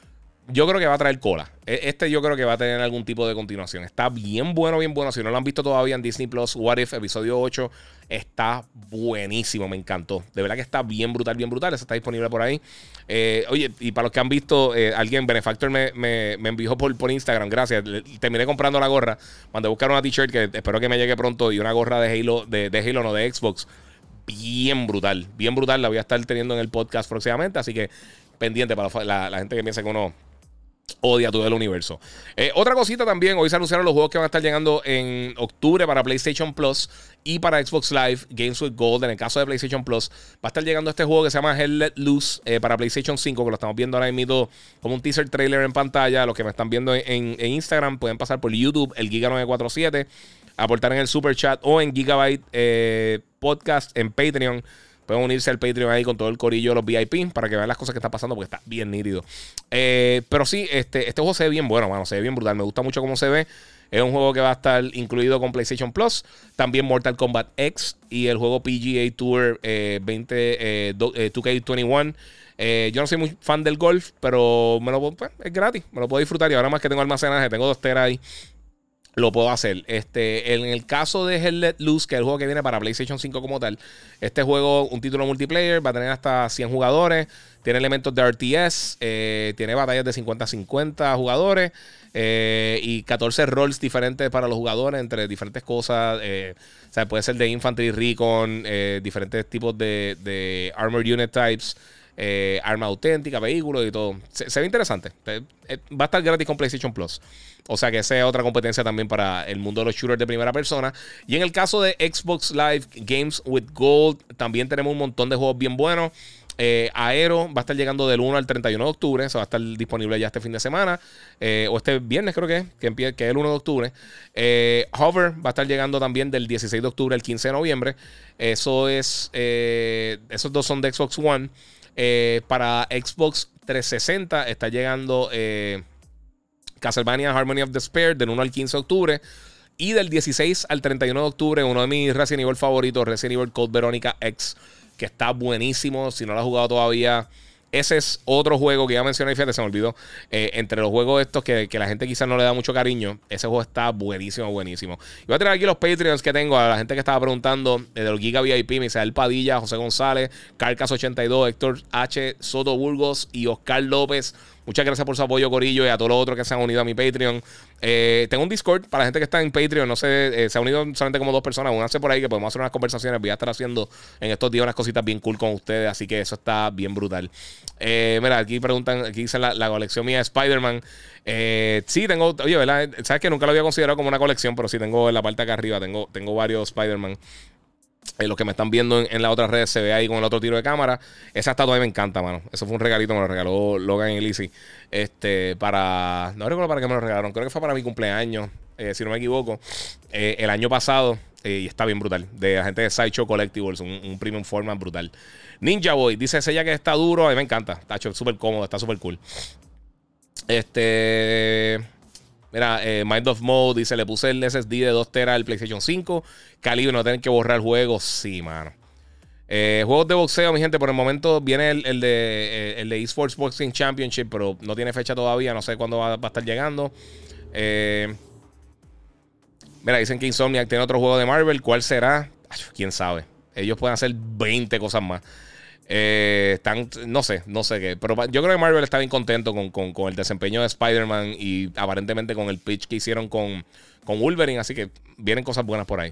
yo creo que va a traer cola. Este yo creo que va a tener algún tipo de continuación. Está bien bueno, bien bueno. Si no lo han visto todavía en Disney Plus, What If, episodio 8, está buenísimo, me encantó. De verdad que está bien brutal, bien brutal. Eso está disponible por ahí. Oye, y para los que han visto, alguien, Benefactor, me envió por Instagram, gracias. Terminé comprando la gorra. Mandé a buscar una t-shirt que espero que me llegue pronto y una gorra de Halo, de Halo, no, de Xbox. Bien brutal, bien brutal. La voy a estar teniendo en el podcast próximamente, así que pendiente para la gente que piensa que uno odia todo el universo. Otra cosita también, hoy se anunciaron los juegos que van a estar llegando en octubre para PlayStation Plus y para Xbox Live, Games with Gold. En el caso de PlayStation Plus, va a estar llegando este juego que se llama Hell Let Loose para PlayStation 5, que lo estamos viendo ahora mismo como un teaser trailer en pantalla. Los que me están viendo en Instagram pueden pasar por YouTube, el Giga947, aportar en el Super Chat o en Gigabyte Podcast en Patreon. Pueden unirse al Patreon ahí con todo el corillo de los VIP para que vean las cosas que están pasando porque está bien nítido. Pero sí, este juego se ve bien bueno, mano. Se ve bien brutal. Me gusta mucho cómo se ve. Es un juego que va a estar incluido con PlayStation Plus. También Mortal Kombat X y el juego PGA Tour 2K21. Yo no soy muy fan del golf, pero es gratis. Me lo puedo disfrutar. Y ahora más que tengo almacenaje, tengo 2 teras ahí, lo puedo hacer. En el caso de Hell Let Loose, que es el juego que viene para PlayStation 5 como tal, este juego, un título multiplayer, va a tener hasta 100 jugadores, tiene elementos de RTS, tiene batallas de 50-50 jugadores y 14 roles diferentes para los jugadores entre diferentes cosas. O sea, puede ser de Infantry, Recon, diferentes tipos de Armored Unit Types, arma auténtica, vehículos y todo. Se ve interesante. Va a estar gratis con PlayStation Plus. O sea que esa es otra competencia también para el mundo de los shooters de primera persona. Y en el caso de Xbox Live Games with Gold, también tenemos un montón de juegos bien buenos. Aero va a estar llegando del 1 al 31 de octubre. Eso va a estar disponible ya este fin de semana. O este viernes creo que es el 1 de octubre. Hover va a estar llegando también del 16 de octubre al 15 de noviembre. Esos dos son de Xbox One. Para Xbox 360 está llegando Castlevania Harmony of Despair del 1 al 15 de octubre. Y del 16 al 31 de octubre, uno de mis Resident Evil favoritos, Resident Evil Code Veronica X, que está buenísimo. Si no lo has jugado todavía, ese es otro juego que ya mencioné, fíjate, se me olvidó. Entre los juegos estos que la gente quizás no le da mucho cariño, ese juego está buenísimo, buenísimo. Y voy a traer aquí los Patreons que tengo, a la gente que estaba preguntando, de los Giga VIP, Misael Padilla, José González, Carcas82, Héctor H. Soto Burgos y Oscar López. Muchas gracias por su apoyo, corillo, y a todos los otros que se han unido a mi Patreon. Tengo un Discord para la gente que está en Patreon. No sé, se han unido solamente como 2 personas. Únanse por ahí que podemos hacer unas conversaciones. Voy a estar haciendo en estos días unas cositas bien cool con ustedes. Así que eso está bien brutal. Mira, aquí preguntan, aquí dicen la colección mía de Spider-Man. Sí, tengo, oye, ¿verdad? Sabes que nunca lo había considerado como una colección, pero sí tengo en la parte de acá arriba, tengo varios Spider-Man. Los que me están viendo en las otras redes se ve ahí con el otro tiro de cámara. Esa estatua me encanta, mano. Eso fue un regalito, me lo regaló Logan y Lizzie. No recuerdo para qué me lo regalaron. Creo que fue para mi cumpleaños, si no me equivoco. El año pasado. Y está bien brutal. De la gente de Sideshow Collectibles, un premium format brutal. Ninja Boy dice ella que está duro. A mí me encanta. Está súper cómodo, está súper cool. Mira, Mind of Mode dice: le puse el SSD de 2 teras al PlayStation 5. Calibre, no tener que borrar juegos. Sí, mano. Juegos de boxeo, mi gente. Por el momento viene el de eSports Boxing Championship, pero no tiene fecha todavía. No sé cuándo va a estar llegando. Mira, dicen que Insomniac tiene otro juego de Marvel. ¿Cuál será? Quién sabe. Ellos pueden hacer 20 cosas más. No sé qué. Pero yo creo que Marvel está bien contento con el desempeño de Spider-Man y aparentemente con el pitch que hicieron con Wolverine. Así que vienen cosas buenas por ahí.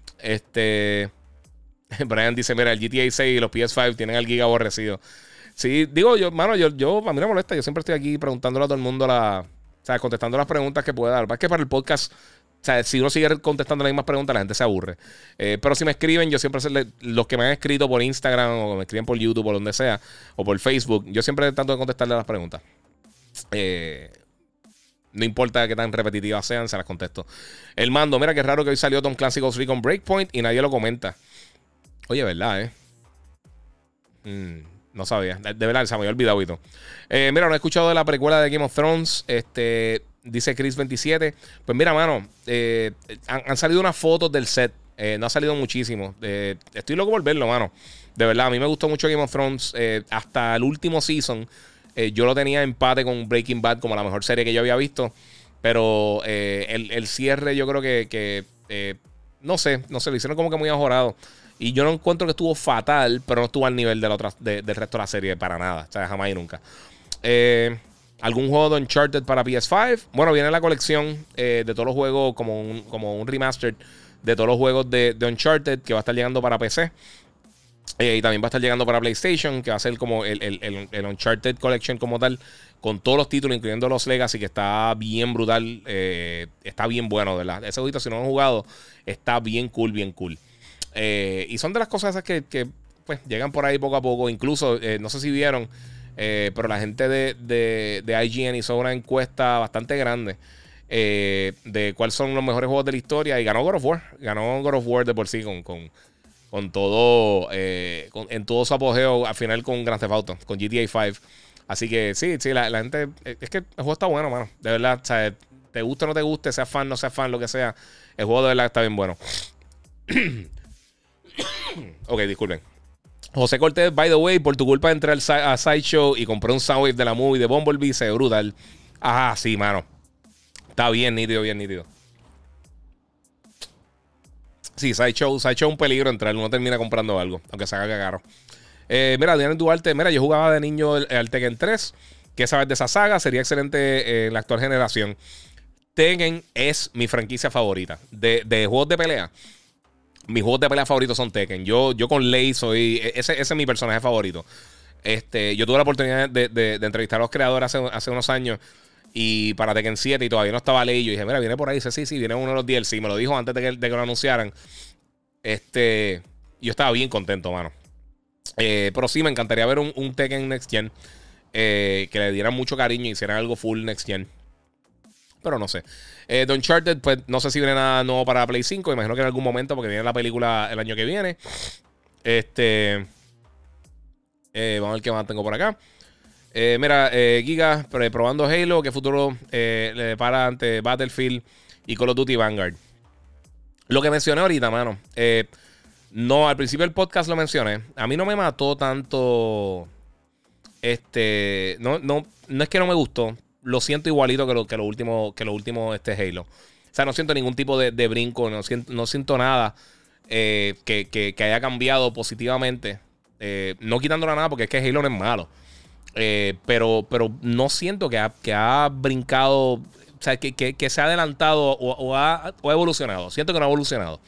Brian dice: mira, el GTA 6 y los PS5 tienen al giga aborrecido. Sí, digo yo, mano, yo a mí no me molesta. Yo siempre estoy aquí preguntándole a todo el mundo o sea, contestando las preguntas que pueda dar. Es que para el podcast, o sea, si uno sigue contestando las mismas preguntas, la gente se aburre. Pero si me escriben, yo siempre los que me han escrito por Instagram o me escriben por YouTube o donde sea, o por Facebook, yo siempre trato de contestarle las preguntas. No importa qué tan repetitivas sean, se las contesto. El mando, mira qué raro que hoy salió Tom Clancy Ghost Recon Breakpoint y nadie lo comenta. Oye, ¿verdad, no sabía. De verdad, se me había olvidado y todo. Mira, no he escuchado de la precuela de Game of Thrones. Dice Chris27. Pues mira, mano, han salido unas fotos del set. No ha salido muchísimo. Estoy loco por verlo, mano. De verdad, a mí me gustó mucho Game of Thrones. Hasta el último season. Yo lo tenía en empate con Breaking Bad como la mejor serie que yo había visto. Pero el cierre yo creo que no sé, lo hicieron como que muy ajorado. Y yo no encuentro que estuvo fatal, pero no estuvo al nivel del resto de la serie para nada. O sea, jamás y nunca. ¿Algún juego de Uncharted para PS5? Bueno, viene la colección de todos los juegos, como un remaster de todos los juegos de Uncharted, que va a estar llegando para PC. Y también va a estar llegando para PlayStation, que va a ser como el Uncharted Collection como tal, con todos los títulos, incluyendo los Legacy, que está bien brutal. Está bien bueno, ¿verdad? Ese jueguito, si no lo han jugado, está bien cool, bien cool. Y son de las cosas esas que pues, llegan por ahí poco a poco. Incluso, no sé si vieron, pero la gente de IGN hizo una encuesta bastante grande de cuáles son los mejores juegos de la historia. Y ganó God of War. Ganó God of War de por sí con todo, en todo su apogeo al final con Grand Theft Auto, con GTA 5. Así que sí, la gente, es que el juego está bueno, mano. De verdad, o sea, te guste o no te guste, seas fan, no seas fan, lo que sea, el juego de verdad está bien bueno. Ok, disculpen. José Cortés, by the way, por tu culpa entré a Sideshow y compré un Soundwave de la movie de Bumblebee, se ve brutal. Ah, sí, mano. Está bien nítido, bien nítido. Sí, Sideshow es un peligro entrar. Uno termina comprando algo, aunque se haga caro. Mira, Adrián Duarte, mira, yo jugaba de niño al Tekken 3. ¿Qué sabes de esa saga? Sería excelente en la actual generación. Tekken es mi franquicia favorita. De juegos de pelea, mis juegos de pelea favoritos son Tekken. Yo con Lei soy... Ese es mi personaje favorito. Yo tuve la oportunidad de entrevistar a los creadores hace unos años. Y para Tekken 7 y todavía no estaba Lei. Yo dije, mira, viene por ahí. Dice, sí, viene uno de los DLC. Me lo dijo antes de que lo anunciaran. Yo estaba bien contento, mano. Pero sí, me encantaría ver un Tekken Next Gen. Que le dieran mucho cariño y hicieran algo full Next Gen. Pero no sé. The Uncharted, pues no sé si viene nada nuevo para Play 5. Imagino que en algún momento, porque viene la película el año que viene. Vamos a ver qué más tengo por acá. Mira, Giga, probando Halo. ¿Qué futuro le depara ante Battlefield y Call of Duty Vanguard? Lo que mencioné ahorita, mano. No, al principio del podcast lo mencioné. A mí no me mató tanto. No es que no me gustó. Lo siento igualito que lo último Halo. O sea, no siento ningún tipo de brinco. No siento nada que haya cambiado positivamente. No quitándole nada porque es que Halo no es malo. Pero no siento que ha brincado. O sea, que se ha adelantado o ha evolucionado. Siento que no ha evolucionado.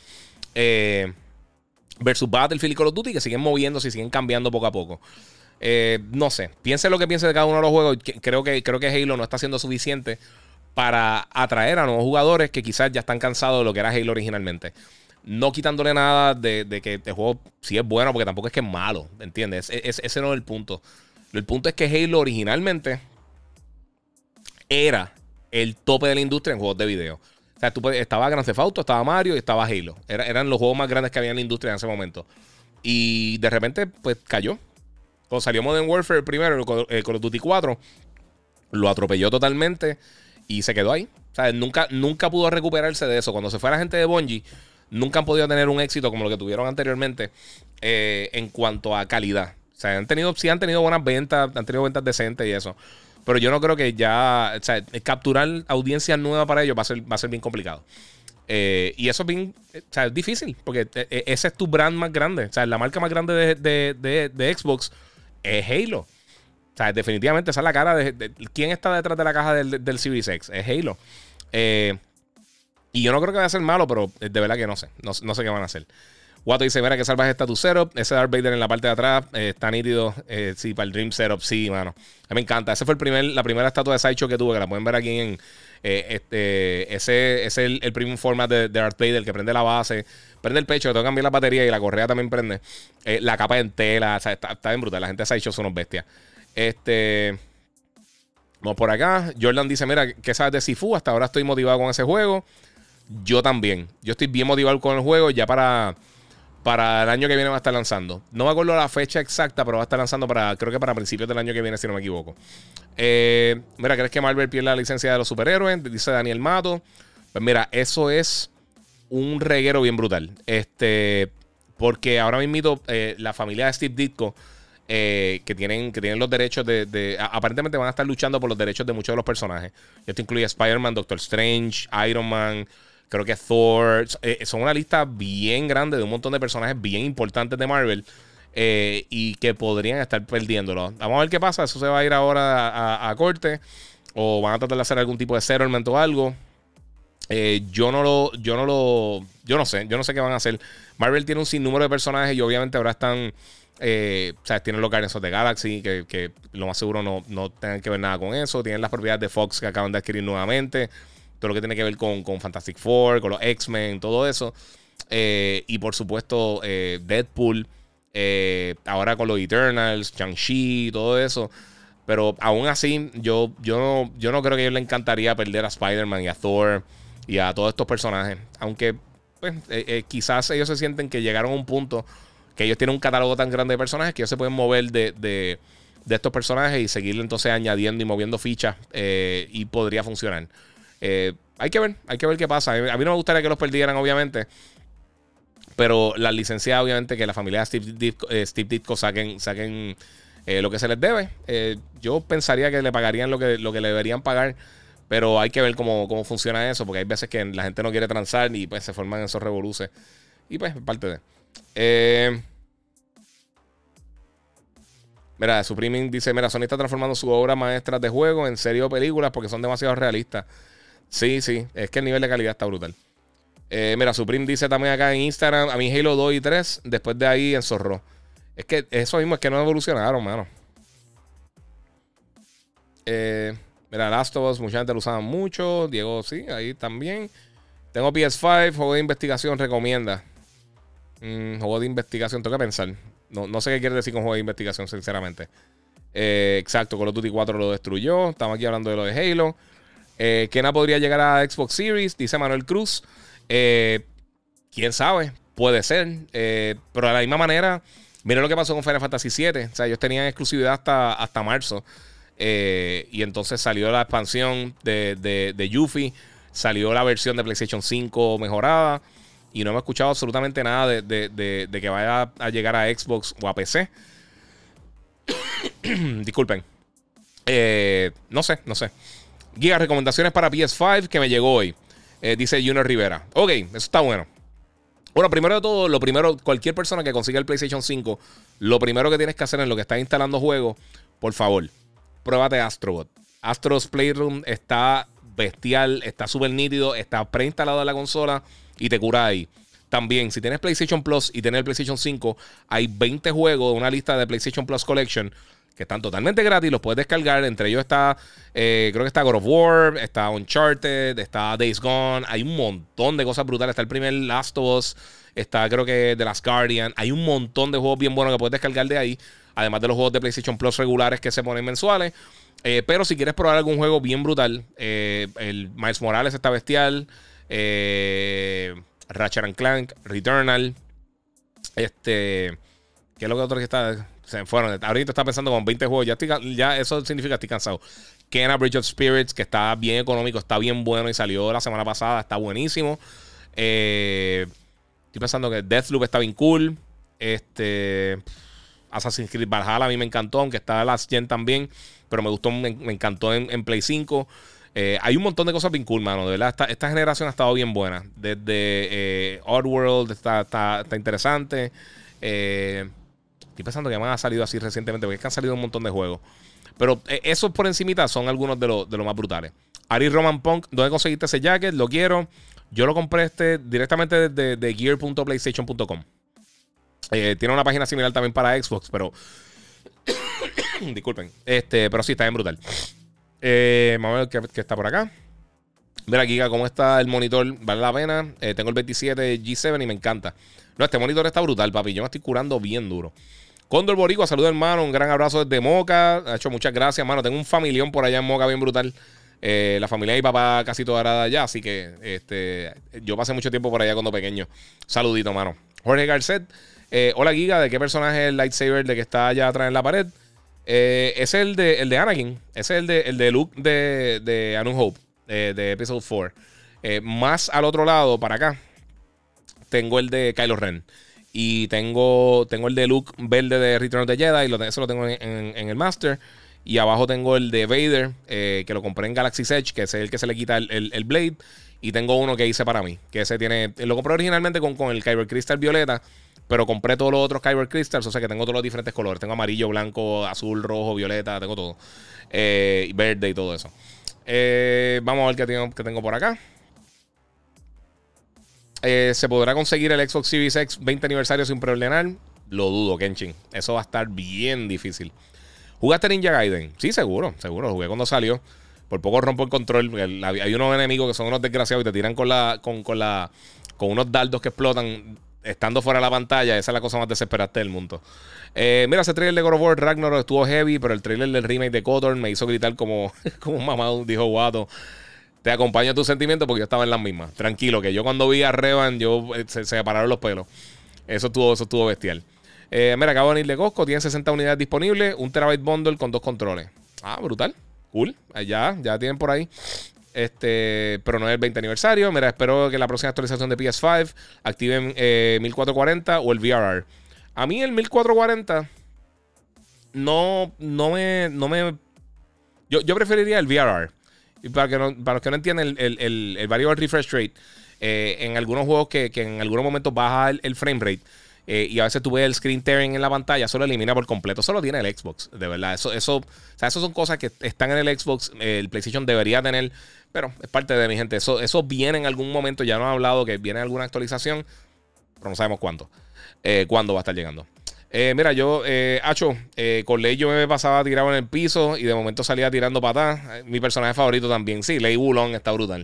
Versus Battlefield y Call of Duty, que siguen moviéndose y siguen cambiando poco a poco. No sé. Piense lo que piense de cada uno de los juegos. Creo que Halo no está siendo suficiente para atraer a nuevos jugadores que quizás ya están cansados de lo que era Halo originalmente. No quitándole nada de que el juego sí es bueno, porque tampoco es que es malo. ¿Entiendes? Ese no es el punto. El punto es que Halo originalmente era el tope de la industria en juegos de video. O sea, estaba Grand Theft Auto, estaba Mario y estaba Halo. Eran los juegos más grandes que había en la industria en ese momento. Y de repente, pues cayó. Cuando salió Modern Warfare primero, el Call of Duty 4, lo atropelló totalmente y se quedó ahí. O sea, nunca pudo recuperarse de eso. Cuando se fue la gente de Bungie, nunca han podido tener un éxito como lo que tuvieron anteriormente en cuanto a calidad. O sea, sí han tenido buenas ventas, han tenido ventas decentes y eso. Pero yo no creo que ya... O sea, capturar audiencia nueva para ellos va a ser bien complicado. Y eso es bien... O sea, es difícil, porque ese es tu brand más grande. O sea, la marca más grande de Xbox es Halo. O sea, definitivamente esa es la cara de quién está detrás de la caja del Series X. Es Halo. Y yo no creo que vaya a ser malo, pero de verdad que no sé. No sé qué van a hacer. Guato dice, mira que salvaje está tu setup. Ese Darth Vader en la parte de atrás está nítido. Sí, para el Dream Setup, sí, mano. A mí me encanta. Esa fue la primera estatua de Sideshow que tuve, que la pueden ver aquí en... ese es el premium format de Darth Vader, que prende la base, prende el pecho, que tengo que cambiar la batería y la correa también prende. La capa en tela, o sea, está bien brutal. La gente de Sideshow son unos bestias. Vamos por acá. Jordan dice, mira, ¿qué sabes de Sifu? Hasta ahora estoy motivado con ese juego. Yo también. Yo estoy bien motivado con el juego. Ya para el año que viene va a estar lanzando. No me acuerdo la fecha exacta, pero va a estar lanzando creo que para principios del año que viene, si no me equivoco. Mira, ¿crees que Marvel pierde la licencia de los superhéroes? Dice Daniel Mato. Pues mira, eso es un reguero bien brutal. Porque ahora mismo la familia de Steve Ditko que tienen los derechos aparentemente van a estar luchando por los derechos de muchos de los personajes. Esto incluye Spider-Man, Doctor Strange, Iron Man, creo que Thor. Son una lista bien grande de un montón de personajes bien importantes de Marvel. Y que podrían estar perdiéndolo. Vamos a ver qué pasa. Eso se va a ir ahora a corte. O van a tratar de hacer algún tipo de settlement o algo. Yo no sé qué van a hacer. Marvel tiene un sinnúmero de personajes y obviamente ahora están, o sea, tienen los Guardians of the Galaxy, que lo más seguro no tengan que ver nada con eso. Tienen las propiedades de Fox que acaban de adquirir nuevamente. Todo lo que tiene que ver con Fantastic Four, con los X-Men, todo eso. Y por supuesto, Deadpool. Ahora con los Eternals, Shang-Chi, todo eso. Pero aún así, yo no creo que a ellos les encantaría perder a Spider-Man y a Thor y a todos estos personajes. Aunque pues, quizás ellos se sienten que llegaron a un punto que ellos tienen un catálogo tan grande de personajes que ellos se pueden mover de estos personajes y seguirle entonces añadiendo y moviendo fichas, y podría funcionar. Hay que ver qué pasa. A mí no me gustaría que los perdieran, obviamente. Pero las licencias, obviamente, que la familia de Steve Ditko saquen lo que se les debe. Yo pensaría que le pagarían lo que le deberían pagar. Pero hay que ver cómo funciona eso. Porque hay veces que la gente no quiere transar y pues se forman esos revoluces. Y pues, parte de. Mira, Supreme dice: Mira, Sony está transformando sus obras maestras de juego en series o películas porque son demasiado realistas. Sí, es que el nivel de calidad está brutal. Mira, Supreme dice también acá en Instagram: a mí Halo 2 y 3, después de ahí enzorró. Es que eso mismo es que no evolucionaron, mano. Mira, Last of Us, mucha gente lo usaba mucho. Diego, sí, ahí también. Tengo PS5, juego de investigación, recomienda. Juego de investigación, tengo que pensar. No sé qué quiere decir con juego de investigación, sinceramente. Exacto, Call of Duty 4 lo destruyó. Estamos aquí hablando de lo de Halo. Kena podría llegar a Xbox Series, dice Manuel Cruz. Quién sabe, puede ser. Pero de la misma manera, miren lo que pasó con Final Fantasy VII. O sea, ellos tenían exclusividad hasta marzo. Y entonces salió la expansión de Yuffie. Salió la versión de PlayStation 5 mejorada. Y no hemos escuchado absolutamente nada de que vaya a llegar a Xbox o a PC. Disculpen. No sé. Giga, recomendaciones para PS5 que me llegó hoy. Dice Junior Rivera. Ok, eso está bueno. Bueno, primero de todo, cualquier persona que consiga el PlayStation 5, lo primero que tienes que hacer en lo que estás instalando juegos, por favor, pruébate Astrobot. Astro's Playroom está bestial, está súper nítido, está preinstalado en la consola y te cura ahí. También, si tienes PlayStation Plus y tienes el PlayStation 5, hay 20 juegos, una lista de PlayStation Plus Collection que están totalmente gratis, los puedes descargar. Entre ellos está, creo que está God of War, está Uncharted, está Days Gone. Hay un montón de cosas brutales. Está el primer Last of Us, está creo que The Last Guardian. Hay un montón de juegos bien buenos que puedes descargar de ahí, además de los juegos de PlayStation Plus regulares que se ponen mensuales. Pero si quieres probar algún juego bien brutal, el Miles Morales está bestial, Ratchet and Clank, Returnal, ¿qué es lo que otro que está? Se fueron. Ahorita está pensando con 20 juegos. Ya eso significa que estoy cansado. Kena Bridge of Spirits, que está bien económico, está bien bueno y salió la semana pasada. Está buenísimo. Estoy pensando que Deathloop está bien cool. Assassin's Creed Valhalla a mí me encantó, aunque está Last Gen también. Pero me gustó, me encantó en Play 5. Hay un montón de cosas bien cool, mano. De verdad, esta generación ha estado bien buena. Desde Oddworld está interesante. Estoy pensando que me han salido así recientemente, porque es que han salido un montón de juegos. Pero esos por encimita son algunos de los más brutales. Ari Roman Punk, ¿dónde conseguiste ese jacket? Lo quiero. Yo lo compré directamente de gear.playstation.com. Tiene una página similar también para Xbox, pero disculpen. Pero sí, está bien brutal. Vamos a ver qué está por acá. Mira, Giga, cómo está el monitor. Vale la pena. Tengo el 27 G7 y me encanta. No, este monitor está brutal, papi. Yo me estoy curando bien duro. Condor Boricua, saludos, hermano. Un gran abrazo desde Moca. Ha hecho muchas gracias, hermano. Tengo un familión por allá en Moca bien brutal. La familia de mi papá casi toda era de allá. Así que yo pasé mucho tiempo por allá cuando pequeño. Saludito, hermano. Jorge Garcet. Hola, Giga. ¿De qué personaje es el lightsaber de que está allá atrás en la pared? Ese es el de Anakin. Ese es el de Luke de A New Hope. De Episode 4. Más al otro lado, para acá, tengo el de Kylo Ren. Y tengo el de Luke verde de Return of the Jedi. Eso lo tengo en el Master. Y abajo tengo el de Vader, que lo compré en Galaxy's Edge, que es el que se le quita el Blade. Y tengo uno que hice para mí, que ese tiene... Lo compré originalmente con el Kyber Crystal violeta, pero compré todos los otros Kyber Crystals, o sea que tengo todos los diferentes colores. Tengo amarillo, blanco, azul, rojo, violeta, tengo todo. Verde y todo eso. Vamos a ver qué tengo por acá. ¿Se podrá conseguir el Xbox Series X 20 aniversario sin preordenar? Lo dudo, Kenshin. Eso va a estar bien difícil. ¿Jugaste Ninja Gaiden? Sí, seguro. Lo jugué cuando salió. Por poco rompo el control. Hay unos enemigos que son unos desgraciados y te tiran con unos dardos que explotan estando fuera de la pantalla. Esa es la cosa más desesperante del mundo. Mira, ese trailer de God of War Ragnarok estuvo heavy, pero el trailer del remake de KOTOR me hizo gritar como un mamado, dijo Guato. Te acompaño tus sentimientos porque yo estaba en las mismas. Tranquilo, que yo cuando vi a Revan, se separaron los pelos. Eso estuvo bestial. Mira, acabo de venir de Costco. Tiene 60 unidades disponibles. 1 terabyte bundle con 2 controles. Ah, brutal. Cool. Ya tienen por ahí. Pero no es el 20 aniversario. Mira, espero que la próxima actualización de PS5 activen 1440 o el VRR. A mí el 1440 no me... Yo preferiría el VRR. Y para los que no entienden, el variable refresh rate, en algunos juegos que en algunos momentos baja el frame rate, y a veces tú ves el screen tearing en la pantalla, eso lo elimina por completo. Eso lo tiene el Xbox, de verdad. Eso son cosas que están en el Xbox, el PlayStation debería tener, pero es parte de mi gente. Eso viene en algún momento, ya nos han hablado que viene alguna actualización, pero no sabemos cuándo va a estar llegando. Mira, yo, con Lei yo me pasaba tirado en el piso y de momento salía tirando patadas. Mi personaje favorito también, sí, Lei Wulong está brutal.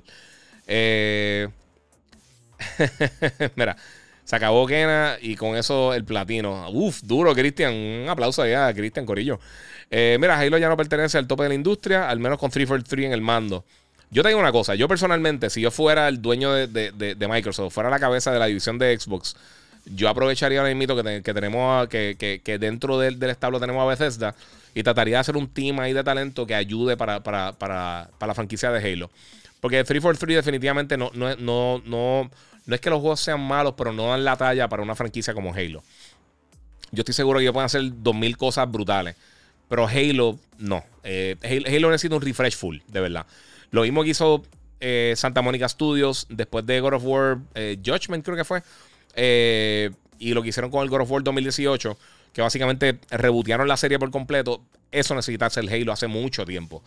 Mira, se acabó Kena y con eso el platino. Uf, duro, Cristian. Un aplauso allá a Cristian Corillo. Mira, Halo ya no pertenece al tope de la industria, al menos con 343 en el mando. Yo te digo una cosa, yo personalmente, si yo fuera el dueño de Microsoft, fuera la cabeza de la división de Xbox, yo aprovecharía ahora mismo que tenemos que dentro del establo tenemos a Bethesda y trataría de hacer un team ahí de talento que ayude para la franquicia de Halo. Porque 343 definitivamente no es que los juegos sean malos, pero no dan la talla para una franquicia como Halo. Yo estoy seguro que ellos pueden hacer 2000 cosas brutales, pero Halo no. Halo necesita un refresh full, de verdad. Lo mismo que hizo Santa Monica Studios después de God of War Judgment, creo que fue. Y lo que hicieron con el God of War 2018, que básicamente rebootearon la serie por completo. Eso necesita hacer Halo hace mucho tiempo.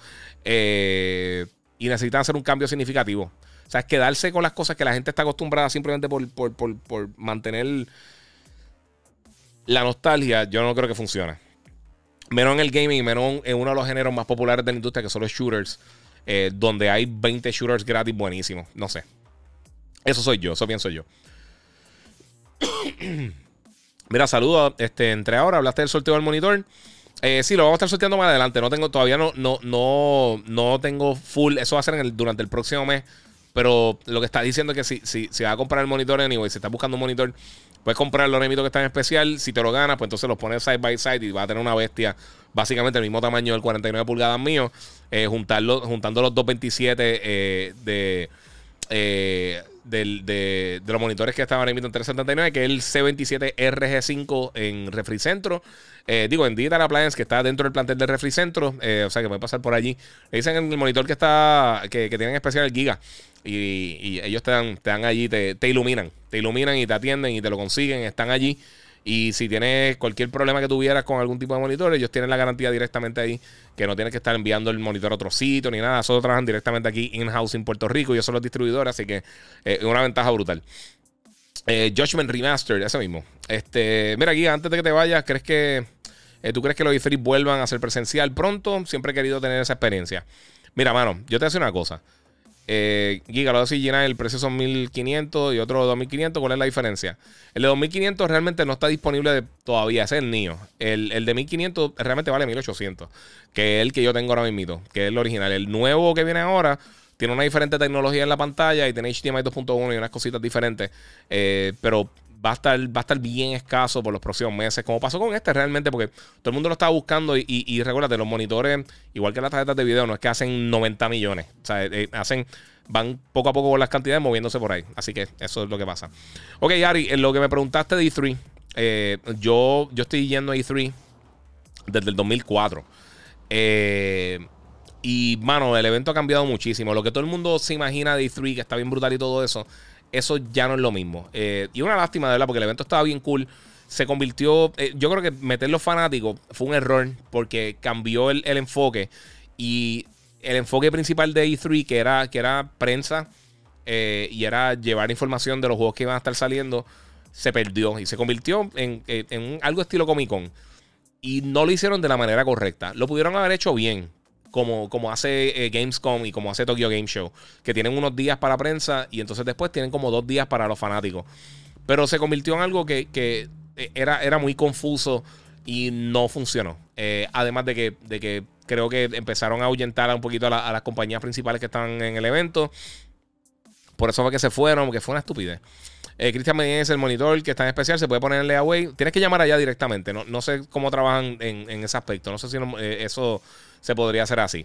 Y necesitan hacer un cambio significativo. O sea, es quedarse con las cosas que la gente está acostumbrada simplemente por mantener la nostalgia. Yo no creo que funcione. Menos en el gaming, menos en uno de los géneros más populares de la industria, que son los shooters, donde hay 20 shooters gratis buenísimos. No sé. Eso pienso yo. Mira, saludos. Entré ahora, hablaste del sorteo del monitor. Sí, lo vamos a estar sorteando más adelante. Todavía no tengo full. Eso va a ser durante el próximo mes. Pero lo que está diciendo es que si vas a comprar el monitor anyway, si estás buscando un monitor, puedes comprar los remitos que están en especial. Si te lo ganas, pues entonces los pones side by side y vas a tener una bestia básicamente el mismo tamaño del 49 pulgadas mío. Juntando los 227 de los monitores que estaban en 379, que es el C27 RG5 en Refricentro. En Digital Appliance, que está dentro del plantel de Refricentro. O sea que puede pasar por allí. Le dicen en el monitor que tienen especial el Giga. Y ellos te dan allí, te iluminan. Te iluminan y te atienden y te lo consiguen. Están allí. Y si tienes cualquier problema que tuvieras con algún tipo de monitor, ellos tienen la garantía directamente ahí, que no tienes que estar enviando el monitor a otro sitio ni nada. Solo trabajan directamente aquí in-house en Puerto Rico. Ellos son los distribuidores, así que es una ventaja brutal. Judgment Remastered, ese mismo. Mira, aquí, antes de que te vayas, ¿tú crees que los E3 vuelvan a ser presencial pronto? Siempre he querido tener esa experiencia. Mira, mano, yo te voy a decir una cosa. Giga, lo de CG9, el precio son 1500 y otro 2500. ¿Cuál es la diferencia? El de 2500 realmente no está disponible todavía. Ese es el Neo. El de 1500 realmente vale 1800, que es el que yo tengo ahora mismo, que es el original. El nuevo que viene ahora tiene una diferente tecnología en la pantalla y tiene HDMI 2.1 y unas cositas diferentes. Pero va a estar bien escaso por los próximos meses, como pasó con realmente, porque todo el mundo lo estaba buscando. Y recuérdate, los monitores, igual que las tarjetas de video, no es que hacen 90 millones. O sea, hacen van poco a poco con las cantidades moviéndose por ahí. Así que eso es lo que pasa. Ok, Ari, en lo que me preguntaste de E3, yo estoy yendo a E3 desde el 2004. Y, mano, el evento ha cambiado muchísimo. Lo que todo el mundo se imagina de E3, que está bien brutal y todo eso, eso ya no es lo mismo. Y una lástima, de verdad, porque el evento estaba bien cool. Se convirtió... yo creo que meter los fanáticos fue un error porque cambió el enfoque. Y el enfoque principal de E3, que era prensa y era llevar información de los juegos que iban a estar saliendo, se perdió y se convirtió en algo estilo Comic Con. Y no lo hicieron de la manera correcta. Lo pudieron haber hecho bien, como hace Gamescom y como hace Tokyo Game Show, que tienen unos días para prensa y entonces después tienen como 2 días para los fanáticos. Pero se convirtió en algo que era muy confuso y no funcionó. Además de que creo que empezaron a ahuyentar un poquito a las compañías principales que estaban en el evento. Por eso fue que se fueron, porque fue una estupidez. Cristian Medina dice: el monitor que está en especial se puede poner en layaway. Tienes que llamar allá directamente. No sé cómo trabajan en ese aspecto. No sé si eso se podría hacer así.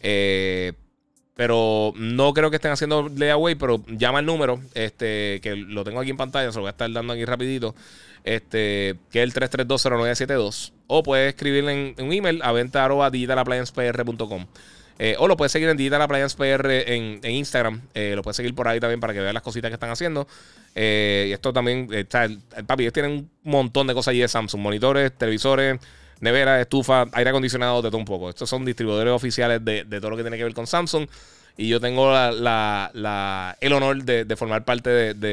Pero no creo que estén haciendo layaway. Pero llama el número, que lo tengo aquí en pantalla. Se lo voy a estar dando aquí rapidito. Que es el 3320972. O puedes escribirle en un email a venta@digitalappliancepr.com. O lo puedes seguir en Digital Appliance PR en Instagram. Lo puedes seguir por ahí también para que veas las cositas que están haciendo. Y esto también está. Papi, ellos tienen un montón de cosas allí de Samsung: monitores, televisores, neveras, estufa, aire acondicionado, de todo un poco. Estos son distribuidores oficiales de todo lo que tiene que ver con Samsung. Y yo tengo el honor de formar parte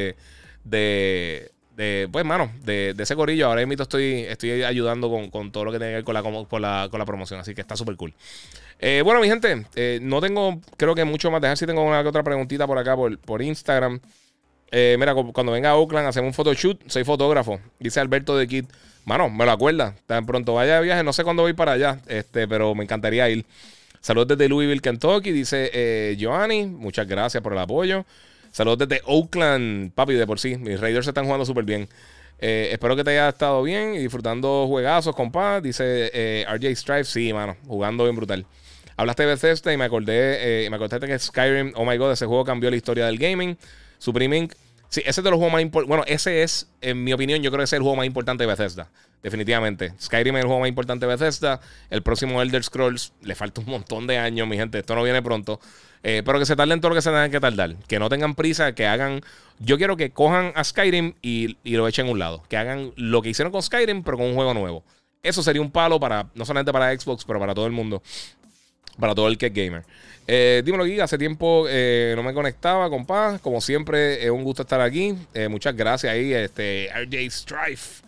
pues, mano, de ese corillo. Ahora mismo estoy ayudando con todo lo que tiene que ver con la promoción. Así que está súper cool. Bueno, mi gente, no tengo, creo que mucho más. Dejar si tengo una que otra preguntita por acá por Instagram. Mira, cuando venga a Oakland hacemos un photoshoot. Soy fotógrafo, dice Alberto de Kid. Mano, me lo acuerda. Tan pronto vaya de viaje, no sé cuándo voy para allá, pero me encantaría ir. Saludos desde Louisville, Kentucky, dice Giovanni. Muchas gracias por el apoyo. Saludos desde Oakland, papi, de por sí. Mis Raiders se están jugando súper bien. Espero que te haya estado bien y disfrutando juegazos, compa. Dice RJ Strife. Sí, mano, jugando bien brutal. Hablaste de Bethesda y me acordé de que Skyrim, oh my god, ese juego cambió la historia del gaming. Supreme Inc. Sí, ese es de los juegos más importantes. Bueno, ese es, en mi opinión, yo creo que ese es el juego más importante de Bethesda. Definitivamente. Skyrim es el juego más importante de Bethesda. El próximo Elder Scrolls le falta un montón de años, mi gente. Esto no viene pronto. Pero que se tarden todo lo que se tengan que tardar. Que no tengan prisa, que hagan... Yo quiero que cojan a Skyrim y lo echen a un lado. Que hagan lo que hicieron con Skyrim, pero con un juego nuevo. Eso sería un palo no solamente para Xbox, pero para todo el mundo. Para todo el que es gamer. Dímelo, Giga. Hace tiempo no me conectaba, compa. Como siempre, es un gusto estar aquí. Muchas gracias ahí, RJ Strife.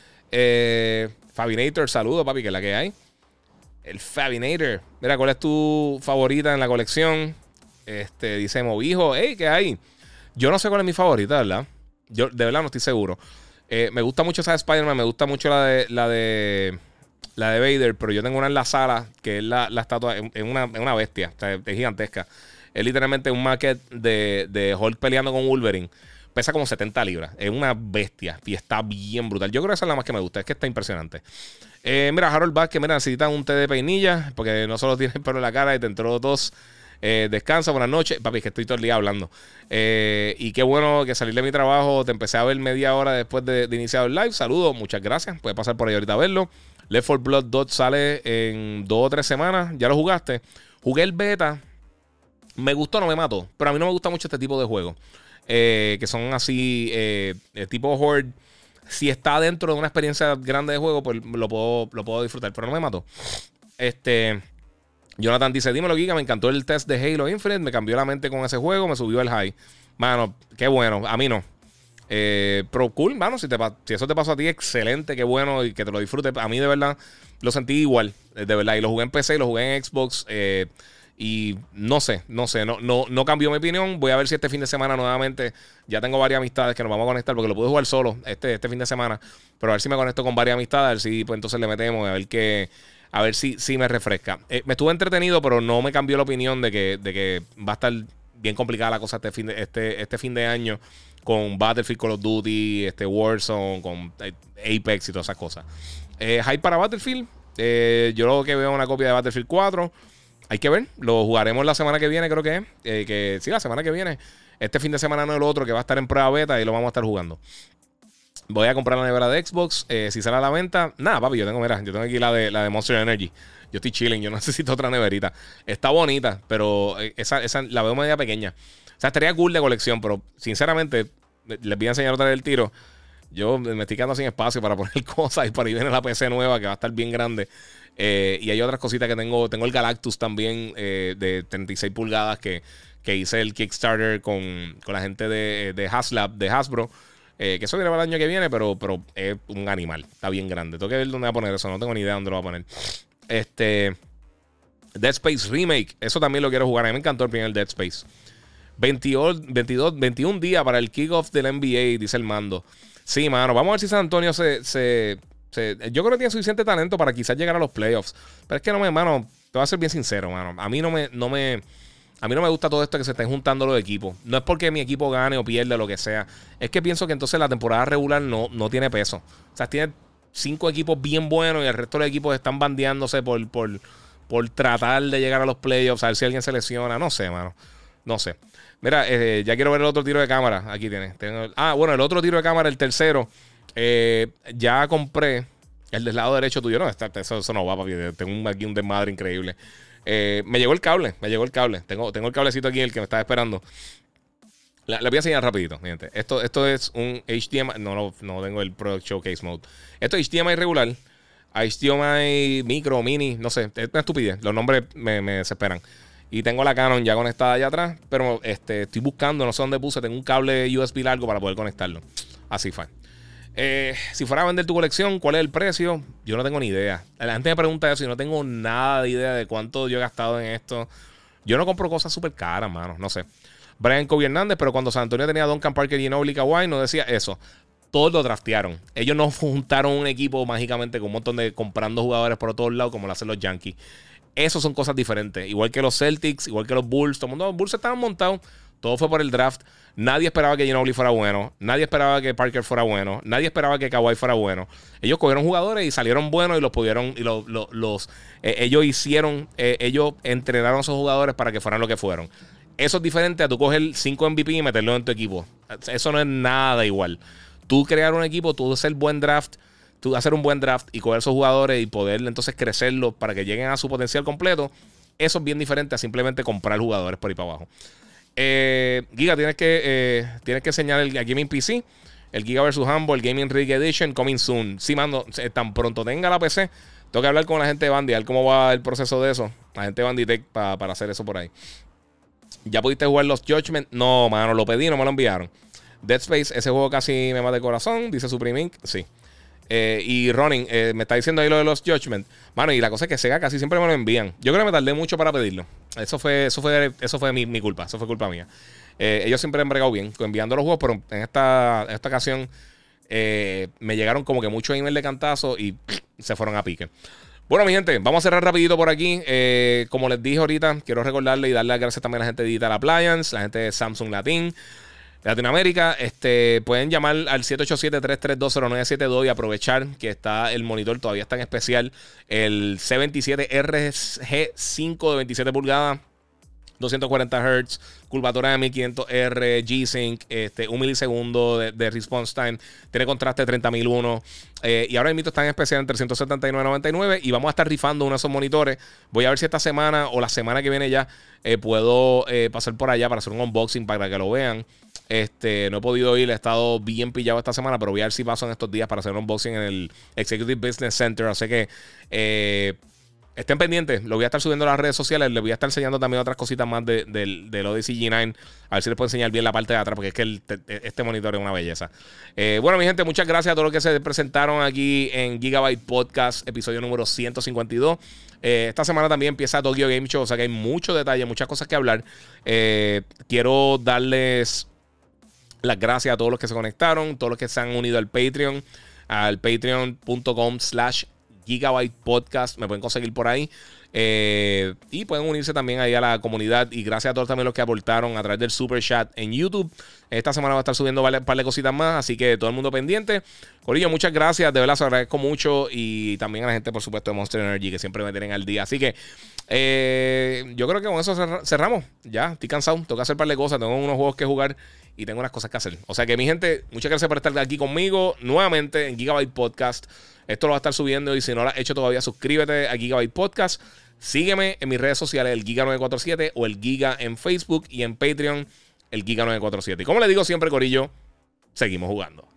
Fabinator, saludos, papi, que es la que hay. El Fabinator. Mira, ¿cuál es tu favorita en la colección? Dice Movijo. Hey, ¿qué hay? Yo no sé cuál es mi favorita, ¿verdad? Yo de verdad no estoy seguro. Me gusta mucho esa de Spider-Man. Me gusta mucho la de Vader, pero yo tengo una en la sala que es la estatua, es una bestia, o sea, es gigantesca. Es literalmente un maquete de Hulk peleando con Wolverine. Pesa como 70 libras. Es una bestia y está bien brutal. Yo creo que esa es la más que me gusta, es que está impresionante. Mira, Harold Vázquez, mira, necesitan un té de peinilla porque no solo tienes pelo en la cara y te entró tos. Descansa, buenas noches. Papi, es que estoy todo el día hablando. Y qué bueno que salir de mi trabajo. Te empecé a ver media hora después de iniciar el live. Saludos, muchas gracias. Puedes pasar por ahí ahorita a verlo. Left 4 Blood 2 sale en 2 o 3 semanas. ¿Ya lo jugaste? Jugué el beta. Me gustó, no me mató. Pero a mí no me gusta mucho este tipo de juegos. Que son así, tipo Horde. Si está dentro de una experiencia grande de juego, pues lo puedo disfrutar. Pero no me mató. Jonathan dice: dímelo, Giga, me encantó el test de Halo Infinite. Me cambió la mente con ese juego. Me subió el high. Mano, qué bueno. A mí no. Pero cool, mano. Si eso te pasó a ti, excelente. Qué bueno y que te lo disfrutes. A mí de verdad lo sentí igual. De verdad. Y lo jugué en PC y lo jugué en Xbox. Y no sé. No cambió mi opinión. Voy a ver si este fin de semana nuevamente. Ya tengo varias amistades que nos vamos a conectar porque lo pude jugar solo este fin de semana. Pero a ver si me conecto con varias amistades. A ver si pues entonces le metemos. A ver si me refresca. Me estuve entretenido, pero no me cambió la opinión de que va a estar bien complicada la cosa este fin de año con Battlefield, Call of Duty, Warzone, con Apex y todas esas cosas. Hype para Battlefield. Yo lo que veo es una copia de Battlefield 4. hay que ver. Lo jugaremos la semana que viene, creo que es. Sí, la semana que viene. Este fin de semana no el otro, que va a estar en prueba beta y lo vamos a estar jugando. Voy a comprar la nevera de Xbox. Si sale a la venta, nada, papi, yo tengo aquí la de Monster Energy. Yo estoy chilling, yo no necesito otra neverita. Está bonita, pero esa la veo media pequeña. O sea, estaría cool de colección, pero sinceramente, les voy a enseñar otra vez el tiro. Yo me estoy quedando sin espacio para poner cosas y por ahí viene la PC nueva que va a estar bien grande. Y hay otras cositas que tengo. Tengo el Galactus también de 36 pulgadas que hice el Kickstarter con la gente de Haslab, de Hasbro. Que eso viene para el año que viene, pero es un animal. Está bien grande. Tengo que ver dónde va a poner eso. No tengo ni idea dónde lo va a poner. Dead Space Remake. Eso también lo quiero jugar. A mí me encantó el primer Dead Space. 21 días para el kickoff del NBA, dice el Mando. Sí, mano. Vamos a ver si San Antonio yo creo que tiene suficiente talento para quizás llegar a los playoffs. Pero es que mano, te voy a ser bien sincero, mano. A mí no me gusta todo esto que se estén juntando los equipos. No es porque mi equipo gane o pierda, lo que sea. Es que pienso que entonces la temporada regular no tiene peso. O sea, tiene 5 equipos bien buenos y el resto de los equipos están bandeándose por tratar de llegar a los playoffs, a ver si alguien se lesiona. No sé, mano. No sé. Mira, ya quiero ver el otro tiro de cámara. Aquí tienes. Bueno, el otro tiro de cámara, el tercero. Ya compré el del lado derecho tuyo. No, eso no va, papi. Tengo aquí un desmadre increíble. Me llegó el cable. Tengo el cablecito aquí, el que me estaba esperando. Le voy a enseñar rapidito, mi gente. Esto es un HDMI. No tengo el Product Showcase Mode. Esto es HDMI regular. HDMI micro, mini. No sé, es una estupidez. Los nombres me desesperan. Y tengo la Canon ya conectada allá atrás. Pero estoy buscando, no sé dónde puse. Tengo un cable USB largo para poder conectarlo. Así fue. Si fuera a vender tu colección, ¿cuál es el precio? Yo no tengo ni idea. La gente me pregunta eso y no tengo nada de idea de cuánto yo he gastado en esto. Yo no compro cosas súper caras, mano. No sé. Brian Kobe Hernández, pero cuando San Antonio tenía a Duncan Parker, Ginobili, Kawhi, no decía eso. Todos lo draftearon. Ellos no juntaron un equipo mágicamente con un montón de comprando jugadores por todos lados como lo hacen los Yankees. Esos son cosas diferentes. Igual que los Celtics, igual que los Bulls. Todo el mundo, los Bulls estaban montados. Todo fue por el draft. Nadie esperaba que Ginobili fuera bueno. Nadie esperaba que Parker fuera bueno. Nadie esperaba que Kawhi fuera bueno. Ellos cogieron jugadores y salieron buenos y los pudieron. Y ellos entrenaron a esos jugadores para que fueran lo que fueron. Eso es diferente a tú coger 5 MVP y meterlo en tu equipo. Eso no es nada igual. Tú crear un equipo, tú hacer buen draft, tú hacer un buen draft y coger esos jugadores y poder entonces crecerlos para que lleguen a su potencial completo. Eso es bien diferente a simplemente comprar jugadores por ahí para abajo. Giga, tienes que enseñar el Gaming PC, el Giga vs Humble, el Gaming Rig Edition, coming soon. Sí, mando, tan pronto tenga la PC, tengo que hablar con la gente de Bandy, a ver cómo va el proceso de eso. La gente de Bandy Tech para hacer eso por ahí. ¿Ya pudiste jugar los Judgment? No, mano, lo pedí, no me lo enviaron. Dead Space, ese juego casi me mata el corazón, dice Supreme Inc. Sí. Y Ronin, me está diciendo ahí lo de los Judgment. Mano, y la cosa es que Sega casi siempre me lo envían. Yo creo que me tardé mucho para pedirlo. Eso fue mi culpa. Eso fue culpa mía. Ellos siempre han bregado bien enviando los juegos, pero en esta ocasión me llegaron como que muchos emails de cantazo y se fueron a pique. Bueno, mi gente, vamos a cerrar rapidito por aquí. Como les dije ahorita, quiero recordarle y darle las gracias también a la gente de Digital Appliance, la gente de Samsung Latinoamérica. Pueden llamar al 787-332-0972 y aprovechar que está el monitor, todavía está en especial, el C27RG5 de 27 pulgadas, 240 Hz, curvatura de 1500R, G-Sync, 1 milisegundo de response time, tiene contraste 30001 y ahora mismo está en especial en $379.99 y vamos a estar rifando uno de esos monitores. Voy a ver si esta semana o la semana que viene ya puedo pasar por allá para hacer un unboxing para que lo vean. No he podido ir, he estado bien pillado esta semana, pero voy a ver si paso en estos días para hacer un unboxing en el Executive Business Center, así que estén pendientes, lo voy a estar subiendo a las redes sociales. Les voy a estar enseñando también otras cositas más del Odyssey G9. A ver si les puedo enseñar bien la parte de atrás, porque es que este monitor es una belleza. Bueno, mi gente, muchas gracias a todos los que se presentaron aquí en Gigabyte Podcast, episodio número 152. Esta semana también empieza Tokyo Game Show, o sea que hay muchos detalles, muchas cosas que hablar. Quiero darles las gracias a todos los que se conectaron, todos los que se han unido al Patreon, al patreon.com/Gigabyte Podcast. Me pueden conseguir por ahí. Y pueden unirse también ahí a la comunidad. Y gracias a todos también los que aportaron a través del Super Chat en YouTube. Esta semana va a estar subiendo un par de cositas más. Así que todo el mundo pendiente. Corillo, muchas gracias. De verdad, se agradezco mucho. Y también a la gente, por supuesto, de Monster Energy, que siempre me tienen al día. Así que yo creo que con eso cerramos. Ya, estoy cansado. Tengo que hacer un par de cosas. Tengo unos juegos que jugar y tengo unas cosas que hacer. O sea que, mi gente, muchas gracias por estar aquí conmigo nuevamente en Gigabyte Podcast. Esto lo va a estar subiendo. Y si no lo has hecho todavía, suscríbete a Gigabyte Podcast. Sígueme en mis redes sociales, el Giga947 o el Giga en Facebook y en Patreon, el Giga947. Y como les digo siempre, corillo, seguimos jugando.